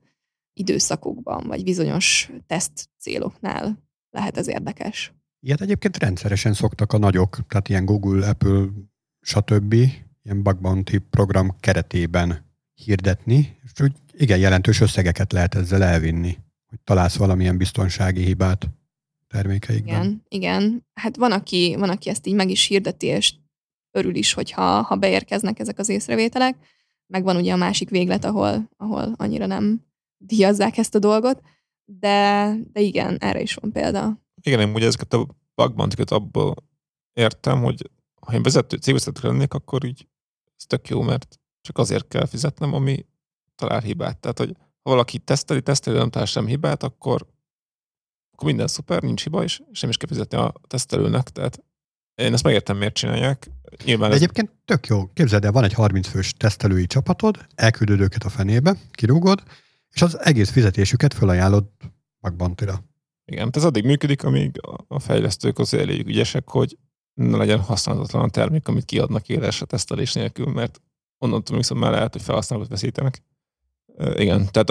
időszakokban, vagy bizonyos teszt céloknál lehet ez érdekes. Ilyet egyébként rendszeresen szoktak a nagyok, tehát ilyen Google, Apple, stb. Ilyen bug bounty program keretében hirdetni, és úgy igen jelentős összegeket lehet ezzel elvinni, hogy találsz valamilyen biztonsági hibát termékeikben. Igen. Hát van, aki ezt így meg is hirdeti, és örül is, hogyha beérkeznek ezek az észrevételek, meg van ugye a másik véglet, ahol annyira nem díjazzák ezt a dolgot, de igen, erre is van példa. Igen, én ugye ezeket a bug bounty-ket abból értem, hogy ha én cégvezető lennék, akkor így ez tök jó, mert csak azért kell fizetnem, ami talál hibát. Tehát, hogy ha valaki teszteli, nem talál sem hibát, akkor minden szuper, nincs hiba, és sem is kell fizetni a tesztelőnek. Tehát én ezt megértem, miért csinálják. Nyilván egyébként tök jó. Képzeld el, van egy 30 fős tesztelői csapatod, elküldöd őket a fenébe, kirúgod, és az egész fizetésüket felajánlod bug bounty-ra. Igen, ez addig működik, amíg a fejlesztők azért elég ügyesek, hogy ne legyen használatlan a termék, amit kiadnak élesre tesztelés nélkül, mert onnantól viszont már lehet, hogy felhasználót veszítenek. Igen, tehát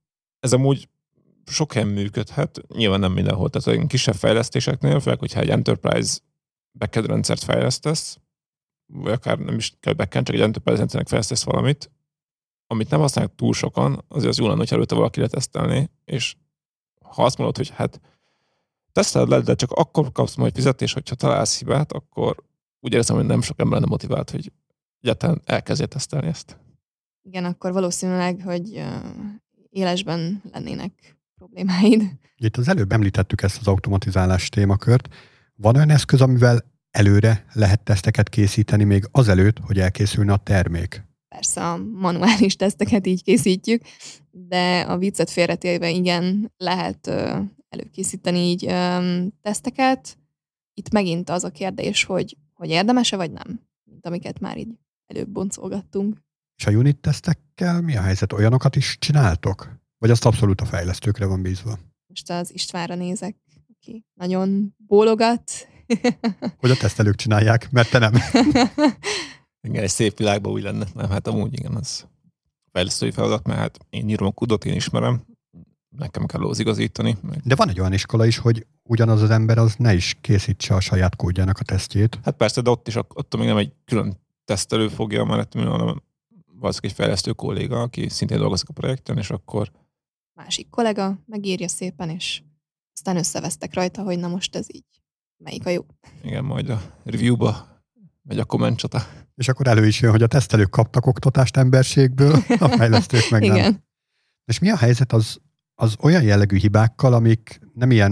ez amúgy sok helyen működhet, nyilván nem mindenhol, tehát a kisebb fejlesztéseknél, főleg, hogyha egy enterprise backend rendszert fejlesztesz, vagy akár nem is kell backend, csak egy enterprise rendszernek fejlesztesz valamit, amit nem használnak túl sokan, azért az jó lenne, hogy előtte valaki letesztelni, és ha azt mondod, hogy hát teszteled le, de csak akkor kapsz majd fizetést, hogyha találsz hibát, akkor úgy érzem, hogy nem sok ember lenne motivált, hogy egyáltalán elkezdje tesztelni ezt. Igen, akkor valószínűleg, hogy élesben lennének problémáid. Itt az előbb említettük ezt az automatizálás témakört. Van olyan eszköz, amivel előre lehet teszteket készíteni még azelőtt, hogy elkészülne a termék? Persze a manuális teszteket így készítjük, de a viccet félretéve igen, lehet előkészíteni így teszteket. Itt megint az a kérdés, hogy érdemes-e vagy nem, mint amiket már így előbb boncolgattunk. És a unit tesztekkel mi a helyzet? Olyanokat is csináltok? Vagy azt abszolút a fejlesztőkre van bízva? Most az Istvánra nézek, aki nagyon bólogat. Hogy a tesztelők csinálják, mert te nem. Igen, egy szép világban úgy lenne. Nem, hát amúgy igen, az fejlesztői feladat, mert hát én írom a kódot, én ismerem, nekem kell ahhoz igazítani. De van egy olyan iskola is, hogy ugyanaz az ember az ne is készítse a saját kódjának a tesztjét. Hát persze, de ott is attól még nem egy külön tesztelő fogja mellett, hanem valószínűleg egy fejlesztő kolléga, aki szintén dolgozik a projekten, és akkor másik kollega megírja szépen, és aztán összevesztek rajta, hogy na most ez így, melyik a jó. igen, majd a review-ba megy a kommentcsata. És akkor elő is jön, hogy a tesztelők kaptak oktatást emberségből, a fejlesztők meg nem. Igen. És mi a helyzet az olyan jellegű hibákkal, amik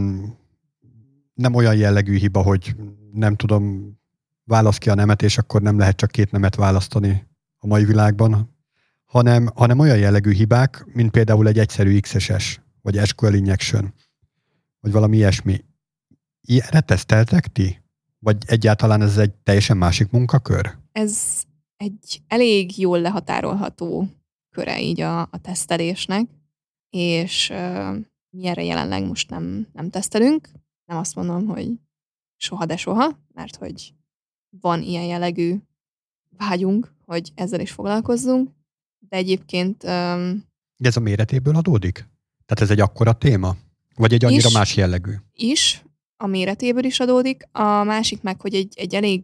nem olyan jellegű hiba, hogy nem tudom, válasz ki a nemet, és akkor nem lehet csak 2 nemet választani a mai világban, hanem olyan jellegű hibák, mint például egy egyszerű XSS, vagy SQL injection, vagy valami ilyesmi. Ilyenre teszteltek ti? Vagy egyáltalán ez egy teljesen másik munkakör? Ez egy elég jól lehatárolható köre így a tesztelésnek, és mi erre jelenleg most nem tesztelünk. Nem azt mondom, hogy soha, de soha, mert hogy van ilyen jellegű vágyunk, hogy ezzel is foglalkozzunk, de egyébként... Ez a méretéből adódik? Tehát ez egy akkora téma? Vagy egy annyira más jellegű? Is, a méretéből is adódik. A másik meg, hogy egy elég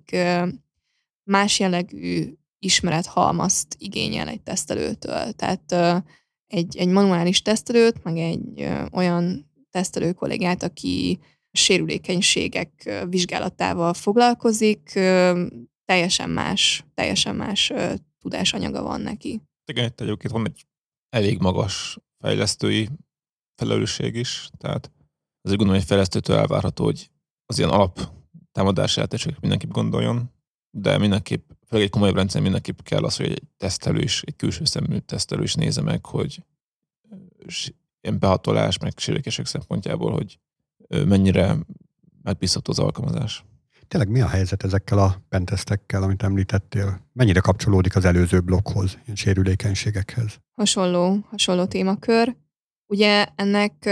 más jellegű ismerethalmazt igényel egy tesztelőtől. Tehát egy manuális tesztelőt, meg egy olyan tesztelő kollégát, aki sérülékenységek vizsgálatával foglalkozik, teljesen más tudásanyaga van neki. Igen, itt egyébként van egy elég magas fejlesztői felelősség is, tehát azért gondolom, hogy egy fejlesztőtől elvárható, hogy az ilyen alap támadási lehetőségek mindenképp gondoljon, de mindenképp, főleg egy komolyabb rendszer mindenképp kell az, hogy egy tesztelő is, egy külső szemű tesztelő is nézze meg, hogy ilyen behatolás, meg sérülékenységek szempontjából, hogy mennyire megbízható az alkalmazás. Tényleg mi a helyzet ezekkel a pentesztekkel, amit említettél? Mennyire kapcsolódik az előző blokkhoz, ilyen sérülékenységekhez? Hasonló témakör. Ugye ennek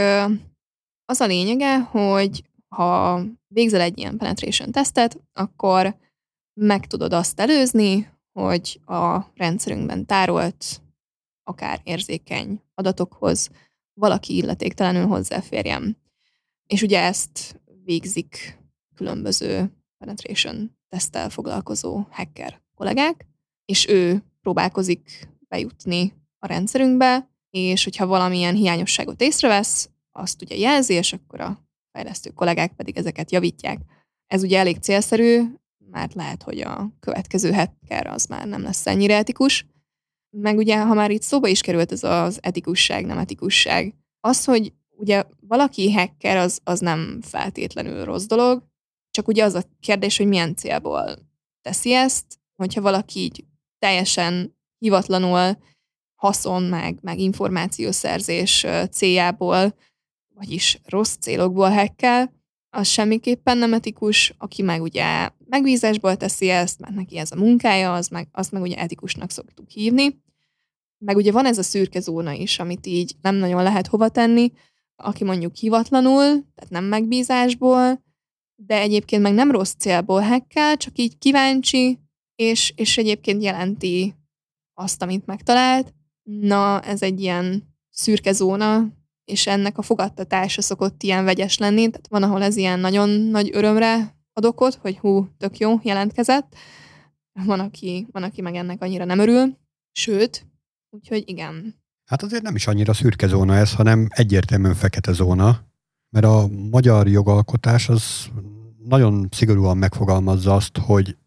az a lényege, hogy ha végzel egy ilyen penetration tesztet, akkor meg tudod azt előzni, hogy a rendszerünkben tárolt, akár érzékeny adatokhoz valaki illetéktelenül hozzáférjen. És ugye ezt végzik különböző penetration teszttel foglalkozó hacker kollégák, és ő próbálkozik bejutni a rendszerünkbe, és hogyha valamilyen hiányosságot észrevesz, azt ugye jelzi, és akkor a fejlesztő kollégák pedig ezeket javítják. Ez ugye elég célszerű, mert lehet, hogy a következő hacker az már nem lesz ennyire etikus. Meg ugye, ha már itt szóba is került ez az etikusság, nem etikusság, az, hogy ugye valaki hacker, az nem feltétlenül rossz dolog, csak ugye az a kérdés, hogy milyen célból teszi ezt, hogyha valaki így teljesen hivatlanul haszon, meg információszerzés céljából, vagyis rossz célokból hackel, az semmiképpen nem etikus, aki meg ugye megbízásból teszi ezt, mert neki ez a munkája, azt meg ugye etikusnak szoktuk hívni. Meg ugye van ez a szürke zóna is, amit így nem nagyon lehet hova tenni, aki mondjuk hivatlanul, tehát nem megbízásból, de egyébként meg nem rossz célból hackel, csak így kíváncsi, és egyébként jelenti azt, amit megtalált. Na, ez egy ilyen szürke zóna, és ennek a fogadtatása szokott ilyen vegyes lenni, tehát van, ahol ez ilyen nagyon nagy örömre ad okot, hogy hú, tök jó, jelentkezett. Van, aki meg ennek annyira nem örül, sőt, úgyhogy igen. Hát azért nem is annyira szürke zóna ez, hanem egyértelműen fekete zóna, mert a magyar jogalkotás az nagyon szigorúan megfogalmazza azt, hogy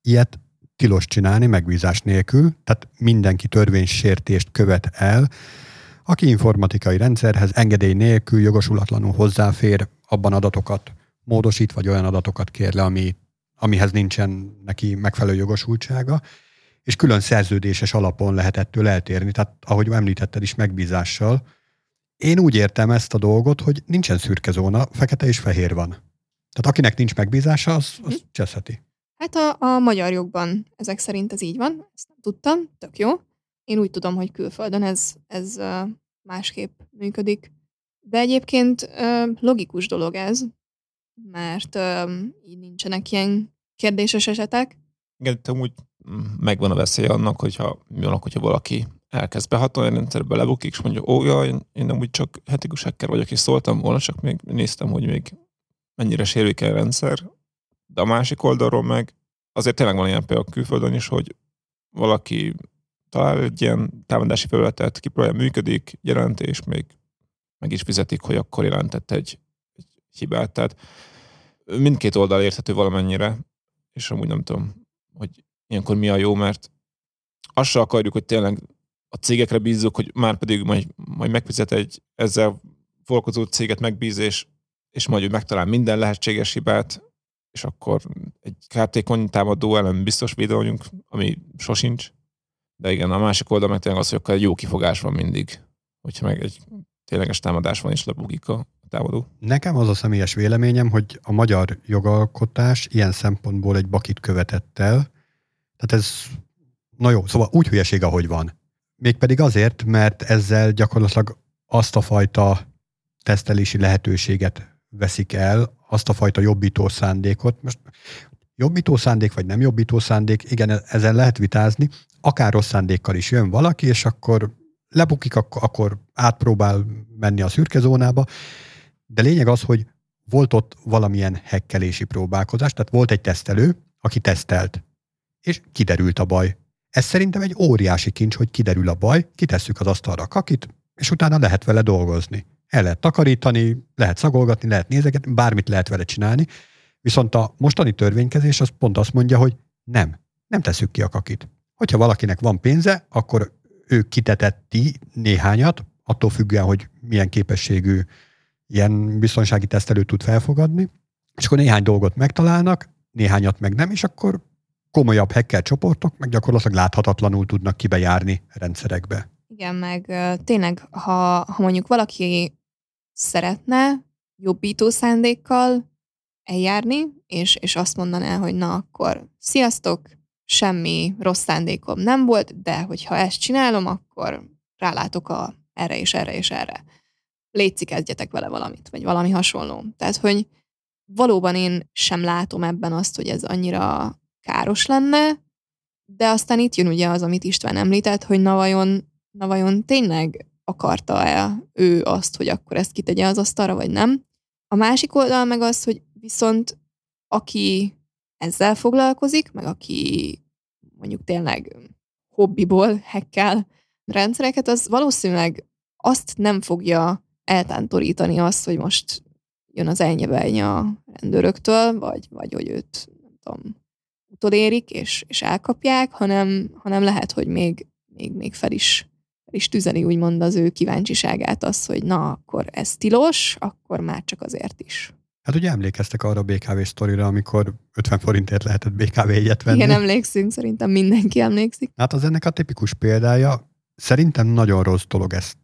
ilyet tilos csinálni megbízás nélkül, tehát mindenki törvénysértést követ el, aki informatikai rendszerhez engedély nélkül jogosulatlanul hozzáfér, abban adatokat módosít, vagy olyan adatokat kér le, amihez nincsen neki megfelelő jogosultsága, és külön szerződéses alapon lehet ettől eltérni, tehát ahogy említetted is, megbízással. Én úgy értem ezt a dolgot, hogy nincsen szürke zóna, fekete és fehér van. Tehát akinek nincs megbízása, az cseszheti. Hát a magyar jogban ezek szerint ez így van, ezt nem tudtam, tök jó. Én úgy tudom, hogy külföldön ez másképp működik. De egyébként logikus dolog ez, mert így nincsenek ilyen kérdéses esetek. Igen, úgy megvan a veszély annak, hogyha valaki elkezd behatolni a rendszerbe, lebukik, és mondja, én nem úgy csak etikus hacker vagyok, és szóltam volna, csak még néztem, hogy még mennyire sérülékeny a rendszer. De a másik oldalról meg azért tényleg van ilyen például külföldön is, hogy valaki talál egy ilyen támadási felületet, kipróbálja, működik, jelent, és még meg is fizetik, hogy akkor jelentett egy hibát. Tehát mindkét oldal érthető valamennyire, és amúgy nem tudom, hogy ilyenkor mi a jó, mert azt se akarjuk, hogy tényleg a cégekre bízzuk, hogy már pedig majd megfizet egy ezzel foglalkozó céget megbízés, és majd ő megtalál minden lehetséges hibát, és akkor egy kártékony támadó ellen biztos védve vagyunk, ami sosincs. De igen, a másik oldal meg tényleg az, hogy akkor egy jó kifogás van mindig, hogyha meg egy tényleges támadás van, és lebukik a támadó. Nekem az a személyes véleményem, hogy a magyar jogalkotás ilyen szempontból egy bakit követett el. Tehát ez, na jó, szóval úgy hülyeség, ahogy van. Mégpedig azért, mert ezzel gyakorlatilag azt a fajta tesztelési lehetőséget veszik el, azt a fajta jobbító szándékot. Most jobbító szándék, vagy nem jobbító szándék, igen, ezen lehet vitázni. Akár rossz szándékkal is jön valaki, és akkor lebukik, akkor átpróbál menni a szürke zónába. De lényeg az, hogy volt ott valamilyen hekkelési próbálkozás, tehát volt egy tesztelő, aki tesztelt, és kiderült a baj. Ez szerintem egy óriási kincs, hogy kiderül a baj, kitesszük az asztalra a kakit, és utána lehet vele dolgozni. El lehet takarítani, lehet szagolgatni, lehet nézegetni, bármit lehet vele csinálni, viszont a mostani törvénykezés az pont azt mondja, hogy nem tesszük ki a kakit. Hogyha valakinek van pénze, akkor ő kitetetti néhányat, attól függően, hogy milyen képességű ilyen biztonsági tesztelő tud felfogadni, és akkor néhány dolgot megtalálnak, néhányat meg nem, és akkor komolyabb hacker csoportok meg gyakorlatilag láthatatlanul tudnak kibejárni rendszerekbe. Igen, meg tényleg, ha mondjuk valaki szeretne jobbító szándékkal eljárni, és azt mondaná, hogy na akkor sziasztok, semmi rossz szándékom nem volt, de hogyha ezt csinálom, akkor rálátok erre és erre és erre. Létszik, kezdjetek vele valamit, vagy valami hasonló. Tehát, hogy valóban én sem látom ebben azt, hogy ez annyira káros lenne, de aztán itt jön ugye az, amit István említett, hogy na vajon tényleg akarta-e ő azt, hogy akkor ezt kitegye az asztalra, vagy nem. A másik oldal meg az, hogy viszont aki ezzel foglalkozik, meg aki mondjuk tényleg hobbiból hackkel rendszereket, az valószínűleg azt nem fogja eltántorítani azt, hogy most jön az elnyevelny a rendőröktől, vagy hogy őt, nem tudom, utolérik, és elkapják, hanem lehet, hogy még fel is tüzeli úgymond az ő kíváncsiságát az, hogy na, akkor ez tilos, akkor már csak azért is. Hát ugye emlékeztek arra a BKV sztorira, amikor 50 forintért lehetett BKV jegyet venni. Igen, emlékszünk, szerintem mindenki emlékszik. Hát az ennek a tipikus példája. Szerintem nagyon rossz dolog ezt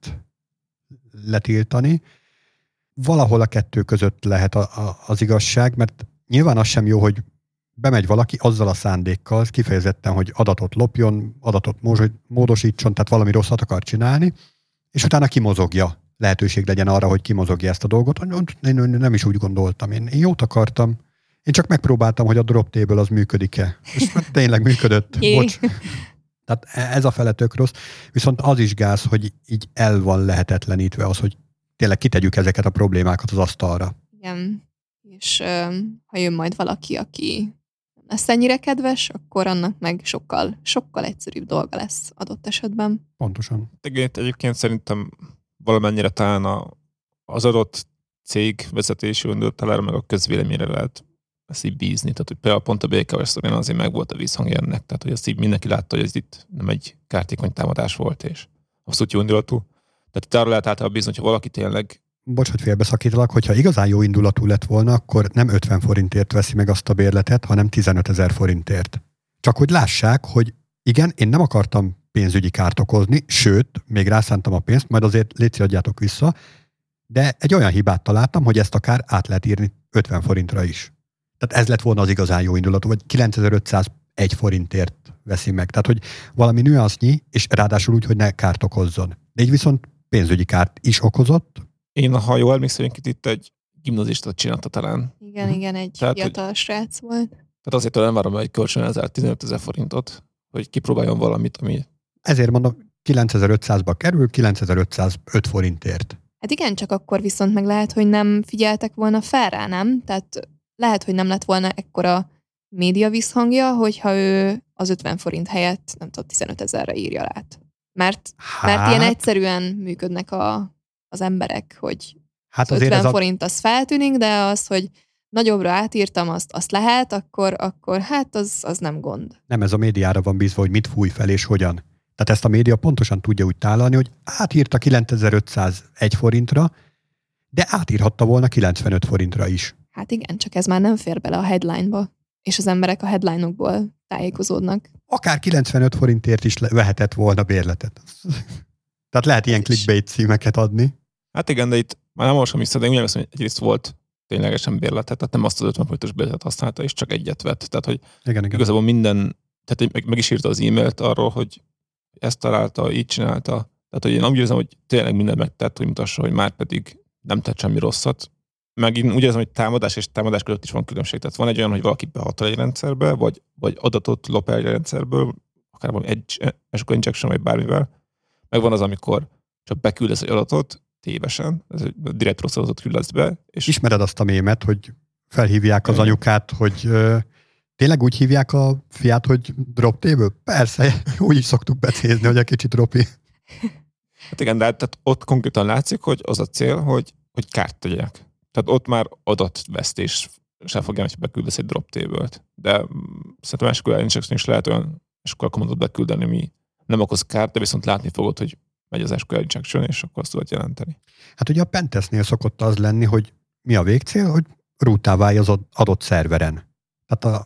letiltani. Valahol a kettő között lehet az igazság, mert nyilván az sem jó, hogy bemegy valaki azzal a szándékkal, kifejezetten, hogy adatot lopjon, adatot módosítson, tehát valami rosszat akar csinálni, és utána kimozogja. Lehetőség legyen arra, hogy kimozogja ezt a dolgot. Én nem is úgy gondoltam. Én jót akartam. Én csak megpróbáltam, hogy a drop table az működik-e. És tényleg működött. Bocs. Tehát ez a fele tök rossz. Viszont az is gáz, hogy így el van lehetetlenítve az, hogy tényleg kitegyük ezeket a problémákat az asztalra. Igen. És ha jön majd valaki, aki lesz ennyire kedves, akkor annak meg sokkal, sokkal egyszerűbb dolga lesz adott esetben. Pontosan. Egyébként szerintem valamennyire talán az adott cég vezetési talán meg a közvéleményre lehet ezt így bízni. Tehát, hogy például pont a BKV sztorén azért meg volt a vízhangja ennek, tehát, hogy ezt így mindenki látta, hogy ez itt nem egy kártékony támadás volt, és abszolút jó indulatú. Tehát itt arra lehet általában bízni, hogyha valaki tényleg... Bocs, hogy félbeszakítalak, hogyha igazán jó indulatú lett volna, akkor nem 50 forintért veszi meg azt a bérletet, hanem 15 000 forintért. Csak hogy lássák, hogy igen, én nem akartam pénzügyi kárt okozni, sőt, még rászántam a pénzt, majd azért légy adjátok vissza, de egy olyan hibát találtam, hogy ezt akár át lehet írni 50 forintra is. Tehát ez lett volna az igazán jó indulatú, vagy 9501 forintért veszi meg. Tehát, hogy valami nüansznyi, és ráadásul úgy, hogy ne kárt okozzon. De így viszont pénzügyi kárt is okozott. Én, ha jól emlékszem, itt egy gimnazistát csinálta talán. Igen, egy fiatal srác volt. Tehát azért nem várom, hogy kölcsön 15 000 forintot, hogy kipróbáljon valamit, ami... Ezért mondom, 9500-ba kerül, 9505 forintért. Hát igen, csak akkor viszont meg lehet, hogy nem figyeltek volna fel rá, nem? Tehát lehet, hogy nem lett volna ekkora média visszhangja, hogyha ő az 50 forint helyett, nem tudom, 15 000-re írja át. Mert ilyen egyszerűen működnek az emberek, hogy hát az 50 forint az feltűnik, de az, hogy nagyobbra átírtam, azt lehet, akkor hát az nem gond. Nem, ez a médiára van bízva, hogy mit fúj fel és hogyan. Tehát ezt a média pontosan tudja úgy tálalni, hogy átírta 9501 forintra, de átírhatta volna 95 forintra is. Hát igen, csak ez már nem fér bele a headline-ba, és az emberek a headline-okból tájékozódnak. Akár 95 forintért is vehetett volna bérletet. Tehát lehet ilyen clickbait címeket adni. Hát igen, de itt már nem olvasom vissza, de úgy emlékszem, hogy egyrészt volt ténylegesen bérletet, tehát nem azt az 50 forintos bérletet használta, és csak egyet vett. Tehát, hogy igen. Igazából minden, tehát meg is írta az e-mailt arról, hogy ezt találta, így csinálta. Tehát, hogy én úgy érzem, hogy tényleg mindent megtett, hogy mutassa, hogy már pedig nem tett semmi rosszat. Meg én úgy érzem, hogy támadás és támadás között is van különbség. Tehát van egy olyan, hogy valaki behatol egy rendszerbe, vagy adatot lop el egy rendszerből, akár valami egy SQL injection, vagy bármivel. Meg van az, amikor csak beküldesz egy adatot tévesen, ez direkt rossz adatot küldesz be. És... Ismered azt a mémet, hogy felhívják az anyukát, hogy tényleg úgy hívják a fiát, hogy drop table? Persze, úgy is szoktuk becézni, hogy egy kicsit dropi. Hát igen, de tehát ott konkrétan látszik, hogy az a cél, hogy kárt tegyenek. Tehát ott már adatvesztés sem fogja, hogy beküldesz egy drop table-t. De szerintem SQL injection is lehet olyan SQL commandot beküldeni, ami nem okoz kárt, de viszont látni fogod, hogy megy az SQL injection, és akkor azt tudod jelenteni. Hát ugye a pentestnél szokott az lenni, hogy mi a végcél, hogy routá válj az adott szerveren. Tehát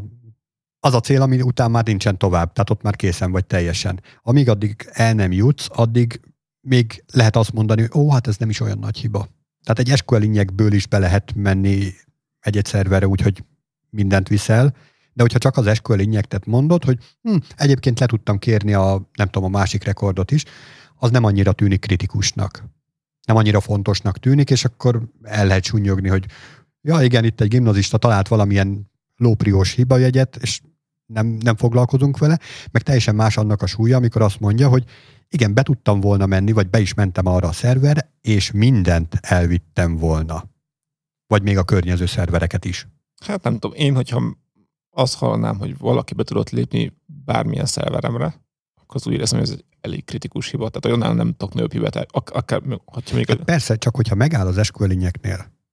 az a cél, ami után már nincsen tovább, tehát ott már készen vagy teljesen. Amíg addig el nem jutsz, addig még lehet azt mondani, hogy hát ez nem is olyan nagy hiba. Tehát egy SQL injekből is be lehet menni egy szerverre úgy, hogy mindent viszel, de hogyha csak az SQL injektet mondod, hogy egyébként le tudtam kérni a másik rekordot is, az nem annyira tűnik kritikusnak. Nem annyira fontosnak tűnik, és akkor el lehet sunnyogni, hogy ja igen, itt egy gimnazista talált valamilyen lópriós hibajegyet, és nem foglalkozunk vele, meg teljesen más annak a súlya, amikor azt mondja, hogy igen, be tudtam volna menni, vagy be is mentem arra a szerverre, és mindent elvittem volna. Vagy még a környező szervereket is. Hát nem tudom, én, hogyha azt hallanám, hogy valaki be tudott lépni bármilyen szerveremre, akkor az úgy érzem, hogy ez egy elég kritikus hiba. Tehát onnál nem tudok nagyobb hibát. Akár, hát persze, csak hogyha megáll az SQL injeknél.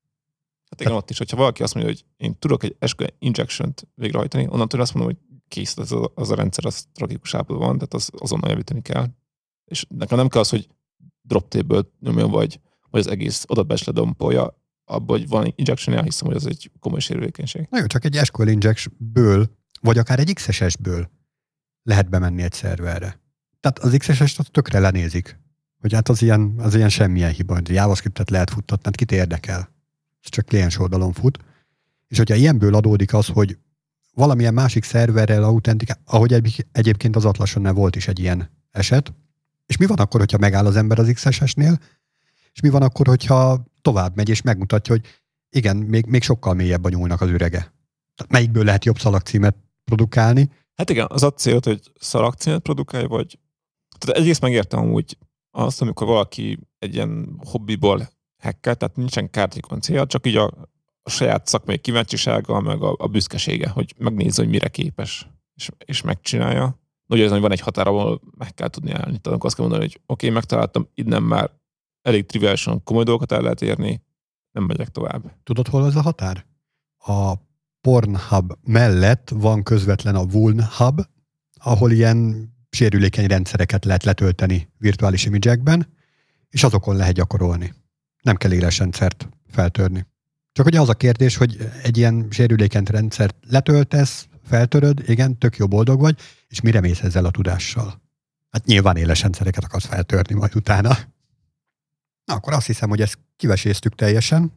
Hát igen, ott is, hogyha valaki azt mondja, hogy én tudok egy SQL injection-t végrehajtani, onnantól azt mondom, hogy kész, az a rendszer az tragikus állapotban van, tehát az azonnal javítani kell. És nekem nem kell az, hogy drop table nyomjon, vagy az egész adatbács ledompolja, abban, hogy van injection, elhiszem, hogy az egy komoly sérülékenység. Na jó, csak egy SQL injectből, vagy akár egy XSS-ből lehet bemenni egy szerverre. Tehát az XSS-t az tökre lenézik. Hogy hát az ilyen semmilyen hiba. JavaScriptet lehet futtatni, hát kit érdekel. Ez csak kliens oldalon fut. És hogyha ilyenből adódik az, hogy valamilyen másik szerverrel autentikál, ahogy egyébként az Atlassonnál volt is egy ilyen eset, és mi van akkor, hogyha megáll az ember az XSS-nél, és mi van akkor, hogyha tovább megy, és megmutatja, hogy igen, még sokkal mélyebb a nyúlnak az ürege. Tehát melyikből lehet jobb szalagcímet produkálni? Hát igen, az a cél, hogy szalagcímet produkálj, vagy... Tehát egyrészt megértem úgy azt, amikor valaki egy ilyen hobbiból hackkel, tehát nincsen kártyékon célja, csak így a saját szakmai kíváncsisága, meg a büszkesége, hogy megnézze, hogy mire képes, és megcsinálja. Úgy érzem, hogy van egy határ, ahol meg kell tudni állni. Tehát amikor azt kell mondani, hogy oké, megtaláltam, innen már elég triviálisan komoly dolgokat el lehet érni, nem megyek tovább. Tudod, hol az a határ? A Pornhub mellett van közvetlen a Woonhub, ahol ilyen sérülékeny rendszereket lehet letölteni virtuális imidzsekben, és azokon lehet gyakorolni. Nem kell élesrendszert feltörni. Csak ugye az a kérdés, hogy egy ilyen sérülékeny rendszert letöltesz, feltöröd, igen, tök jó boldog vagy, és mire mész ezzel a tudással? Hát nyilván élesrendszereket akarsz feltörni majd utána. Na, akkor azt hiszem, hogy ezt kiveséztük teljesen.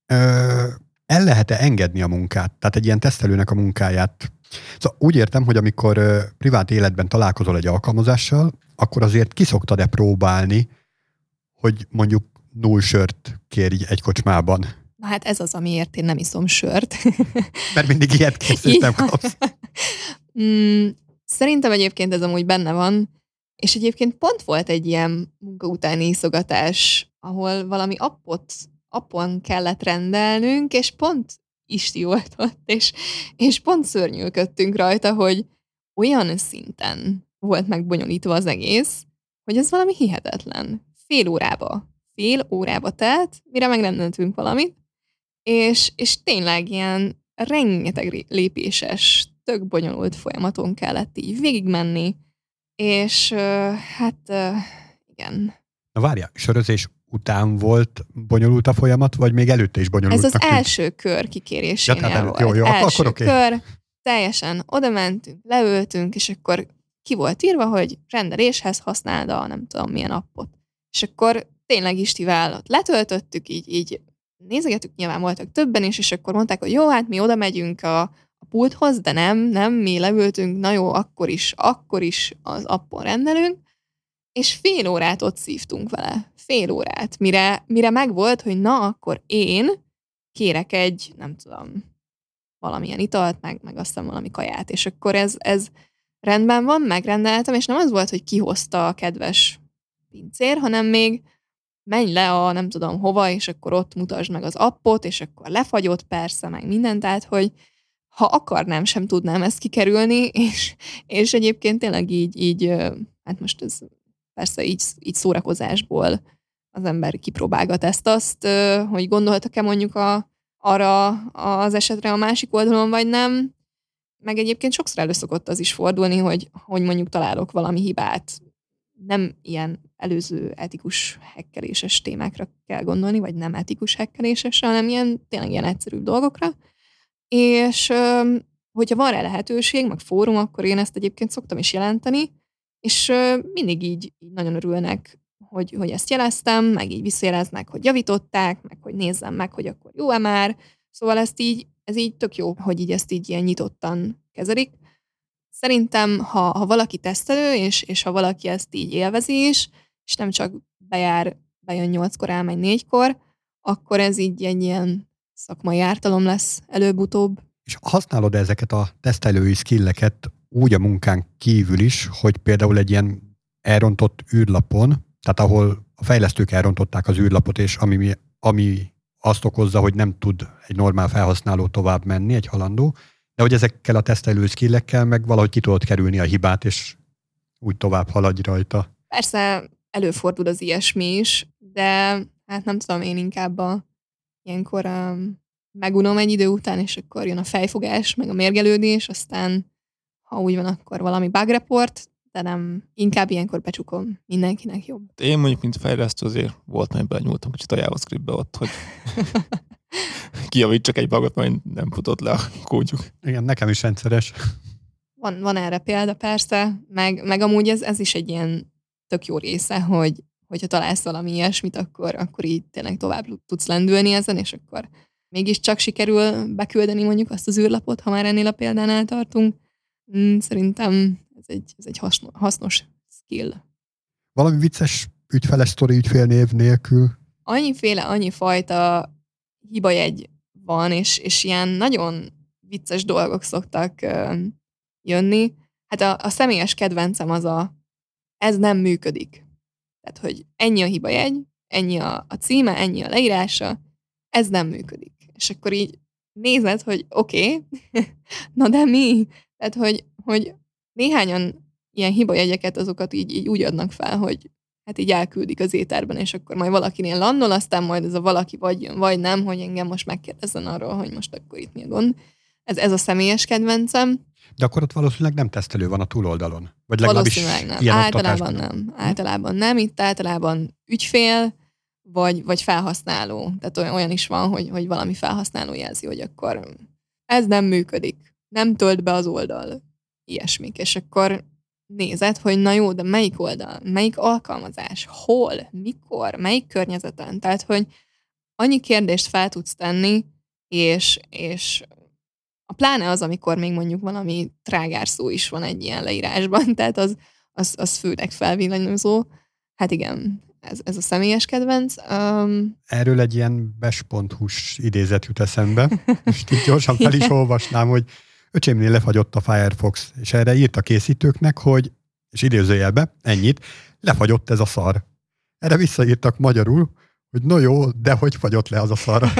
El lehet-e engedni a munkát? Tehát egy ilyen tesztelőnek a munkáját. Szóval úgy értem, hogy amikor privát életben találkozol egy alkalmazással, akkor azért ki szoktad-e próbálni, hogy mondjuk 0 sört kérj egy kocsmában? Na hát ez az, amiért én nem iszom sört. Mert mindig ilyet kérsz, és nem kapsz. Szerintem egyébként ez amúgy benne van, és egyébként pont volt egy ilyen munka utáni iszogatás, ahol valami appon kellett rendelnünk, és pont Isti volt ott, és pont szörnyűködtünk rajta, hogy olyan szinten volt megbonyolítva az egész, hogy ez valami hihetetlen. Fél órába telt, mire megrendeltünk valamit, és tényleg ilyen rengeteg lépéses, tök bonyolult folyamaton kellett így végigmenni, és igen. Na várjál, sörözés után volt bonyolult a folyamat, vagy még előtte is bonyolultnak? Ez az első kör kikérésénél volt. Jó, első akkor kör, teljesen oda mentünk, leültünk, és akkor ki volt írva, hogy rendeléshez használd a nem tudom milyen appot. És akkor tényleg Istivel ott letöltöttük, így nézegetük, nyilván voltak többen is, és akkor mondták, hogy jó, hát mi oda megyünk a pulthoz, de nem, mi leültünk, na jó, akkor is az appon rendelünk, és fél órát ott szívtunk vele. Fél órát. Mire megvolt, hogy na, akkor én kérek egy, nem tudom, valamilyen italt, meg aztán valami kaját. És akkor ez rendben van, megrendeltem, és nem az volt, hogy kihozta a kedves pincér, hanem még menj le a nem tudom hova, és akkor ott mutasd meg az appot, és akkor lefagyott persze, meg mindent, tehát, hogy ha akarnám, sem tudnám ezt kikerülni, és egyébként tényleg így hát most ez persze így szórakozásból az ember kipróbálgat ezt-azt, hogy gondoltak-e mondjuk arra az esetre a másik oldalon, vagy nem. Meg egyébként sokszor elő szokott az is fordulni, hogy mondjuk találok valami hibát. Nem ilyen előző etikus hekkeléses témákra kell gondolni, vagy nem etikus hekkelésesre, hanem tényleg ilyen egyszerűbb dolgokra. És hogyha van rá lehetőség, meg fórum, akkor én ezt egyébként szoktam is jelenteni, és mindig így nagyon örülnek, hogy ezt jeleztem, meg így visszajeleznek, hogy javították, meg hogy nézzem meg, hogy akkor jó-e már. Szóval ez így tök jó, hogy így ezt így ilyen nyitottan kezelik. Szerintem, ha valaki tesztelő, és ha valaki ezt így élvezi is, és nem csak bejön 8-kor, elmegy 4-kor, akkor ez így egy ilyen szakmai ártalom lesz előbb-utóbb. És használod ezeket a tesztelői skilleket úgy a munkán kívül is, hogy például egy ilyen elrontott űrlapon, tehát ahol a fejlesztők elrontották az űrlapot, és ami azt okozza, hogy nem tud egy normál felhasználó tovább menni, egy halandó, de hogy ezekkel a tesztelő skillekkel meg valahogy ki tudod kerülni a hibát, és úgy tovább haladj rajta. Persze előfordul az ilyesmi is, de hát nem tudom, én inkább ilyenkor megunom egy idő után, és akkor jön a fejfogás, meg a mérgelődés, aztán ha úgy van, akkor valami bug report, de nem, inkább ilyenkor becsukom, mindenkinek jobb. Én mondjuk, mint fejlesztő, azért volt, mert benyúltam kicsit a JavaScriptbe ott, hogy kijavít csak egy bugot, majd nem futott le a kódjuk. Igen, nekem is rendszeres. Van erre példa, persze, meg amúgy ez is egy ilyen tök jó része, hogyha találsz valami ilyesmit, akkor így tényleg tovább tudsz lendülni ezen, és akkor mégiscsak sikerül beküldeni mondjuk azt az űrlapot, ha már ennél a példánál tartunk. Szerintem ez egy hasznos skill. Valami vicces ügyfeles sztori ügyfélnév nélkül? Annyi fajta hibajegy van, és ilyen nagyon vicces dolgok szoktak jönni. Hát a személyes kedvencem ez nem működik. Tehát, hogy ennyi a hibajegy, ennyi a címe, ennyi a leírása, ez nem működik. És akkor így nézed, hogy oké, na de mi? Tehát, hogy néhányan ilyen hibajegyeket, azokat így úgy adnak fel, hogy hát így elküldik az éterben, és akkor majd valakinél landol, aztán majd ez a valaki vagy jön, vagy nem, hogy engem most megkérdezzen arról, hogy most akkor itt mi a gond. Ez a személyes kedvencem. De akkor ott valószínűleg nem tesztelő van a túloldalon. Vagy legalábbis Valószínűleg nem. Ilyen Általában nem. Itt általában ügyfél, vagy felhasználó. Tehát olyan is van, hogy valami felhasználó jelzi, hogy akkor ez nem működik. Nem tölt be az oldal. Ilyesmik. És akkor nézed, hogy na jó, de melyik oldal, melyik alkalmazás, hol, mikor, melyik környezeten. Tehát, hogy annyi kérdést fel tudsz tenni, és a pláne az, amikor még mondjuk valami trágárszó is van egy ilyen leírásban, tehát az főleg felvillanyozó. Hát igen, ez a személyes kedvenc. Erről egy ilyen bes.hu-s idézet jut eszembe. Most így gyorsan fel is olvasnám, hogy öcsémnél lefagyott a Firefox, és erre írt a készítőknek, hogy, és idézőjelbe, ennyit, lefagyott ez a szar. Erre visszaírtak magyarul, hogy no jó, de hogy fagyott le az a szar.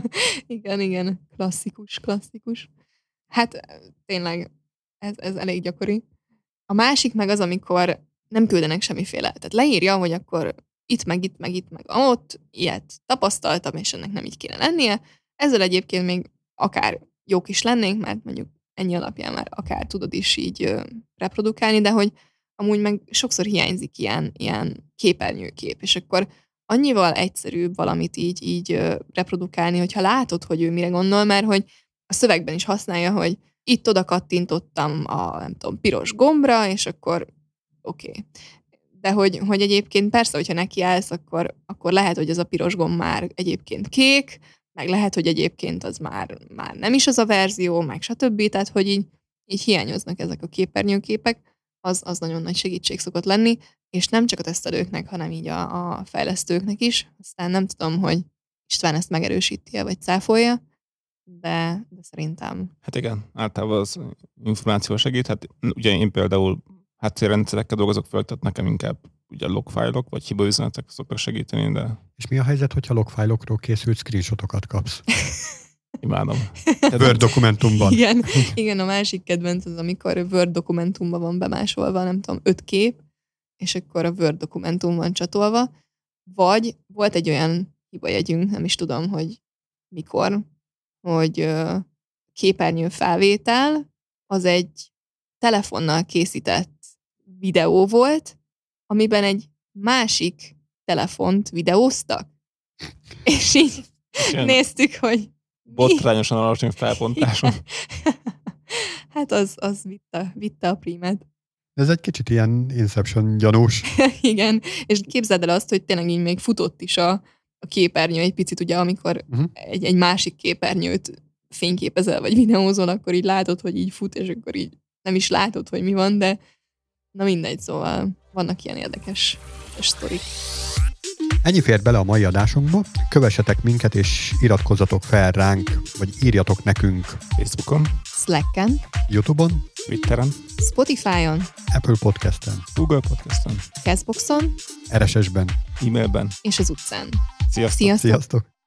Igen, klasszikus. Hát tényleg ez elég gyakori. A másik meg az, amikor nem küldenek semmiféle. Tehát leírja, hogy akkor itt meg ott, ilyet tapasztaltam, és ennek nem így kéne lennie. Ezzel egyébként még akár jók is lennénk, mert mondjuk ennyi alapján már akár tudod is így reprodukálni, de hogy amúgy meg sokszor hiányzik ilyen képernyőkép, és akkor annyival egyszerűbb valamit így reprodukálni, hogyha látod, hogy ő mire gondol, mert hogy a szövegben is használja, hogy itt oda kattintottam a, nem tudom, piros gombra, és akkor oké. De hogy egyébként persze, hogyha nekiállsz, akkor lehet, hogy ez a piros gomb már egyébként kék, meg lehet, hogy egyébként az már nem is az a verzió, meg stb. Tehát, hogy így hiányoznak ezek a képernyőképek, az nagyon nagy segítség szokott lenni, és nem csak a tesztelőknek, hanem így a fejlesztőknek is. Aztán nem tudom, hogy István ezt megerősíti-e, vagy cáfolja, de szerintem. Hát igen, általában az információ segít. Hát ugye én például háttérrendszerekkel dolgozok fel, tehát nekem inkább ugye logfájlok, vagy hibaüzenetek szoktak segíteni, de... És mi a helyzet, hogyha logfájlokról készült screenshotokat kapsz? Imádom. Word dokumentumban. Igen, a másik kedvenc az, amikor Word dokumentumban van bemásolva, nem tudom, 5 kép, és akkor a Word dokumentum van csatolva, vagy volt egy olyan hibajegyünk, nem is tudom, hogy mikor, hogy képernyő felvétel, az egy telefonnal készített videó volt, amiben egy másik telefont videóztak. És így néztük, hogy botrányosan alacsony felpontáson. Hát az vitte a prímet. Ez egy kicsit ilyen Inception gyanús. Igen, és képzeld el azt, hogy tényleg így még futott is a képernyő egy picit, ugye, amikor egy másik képernyőt fényképezel, vagy videózol, akkor így látod, hogy így fut, és akkor így nem is látod, hogy mi van, de na mindegy, szóval vannak ilyen érdekes sztorik. Ennyi fér bele a mai adásunkba. Kövessetek minket, és iratkozzatok fel ránk, vagy írjatok nekünk Facebookon, Slacken, YouTube-on, Twitteren, Spotify-on, Apple Podcasten, Google Podcasten, Castboxon, RSS-ben, e-mailben és az utcán. Sziasztok! Sziasztok!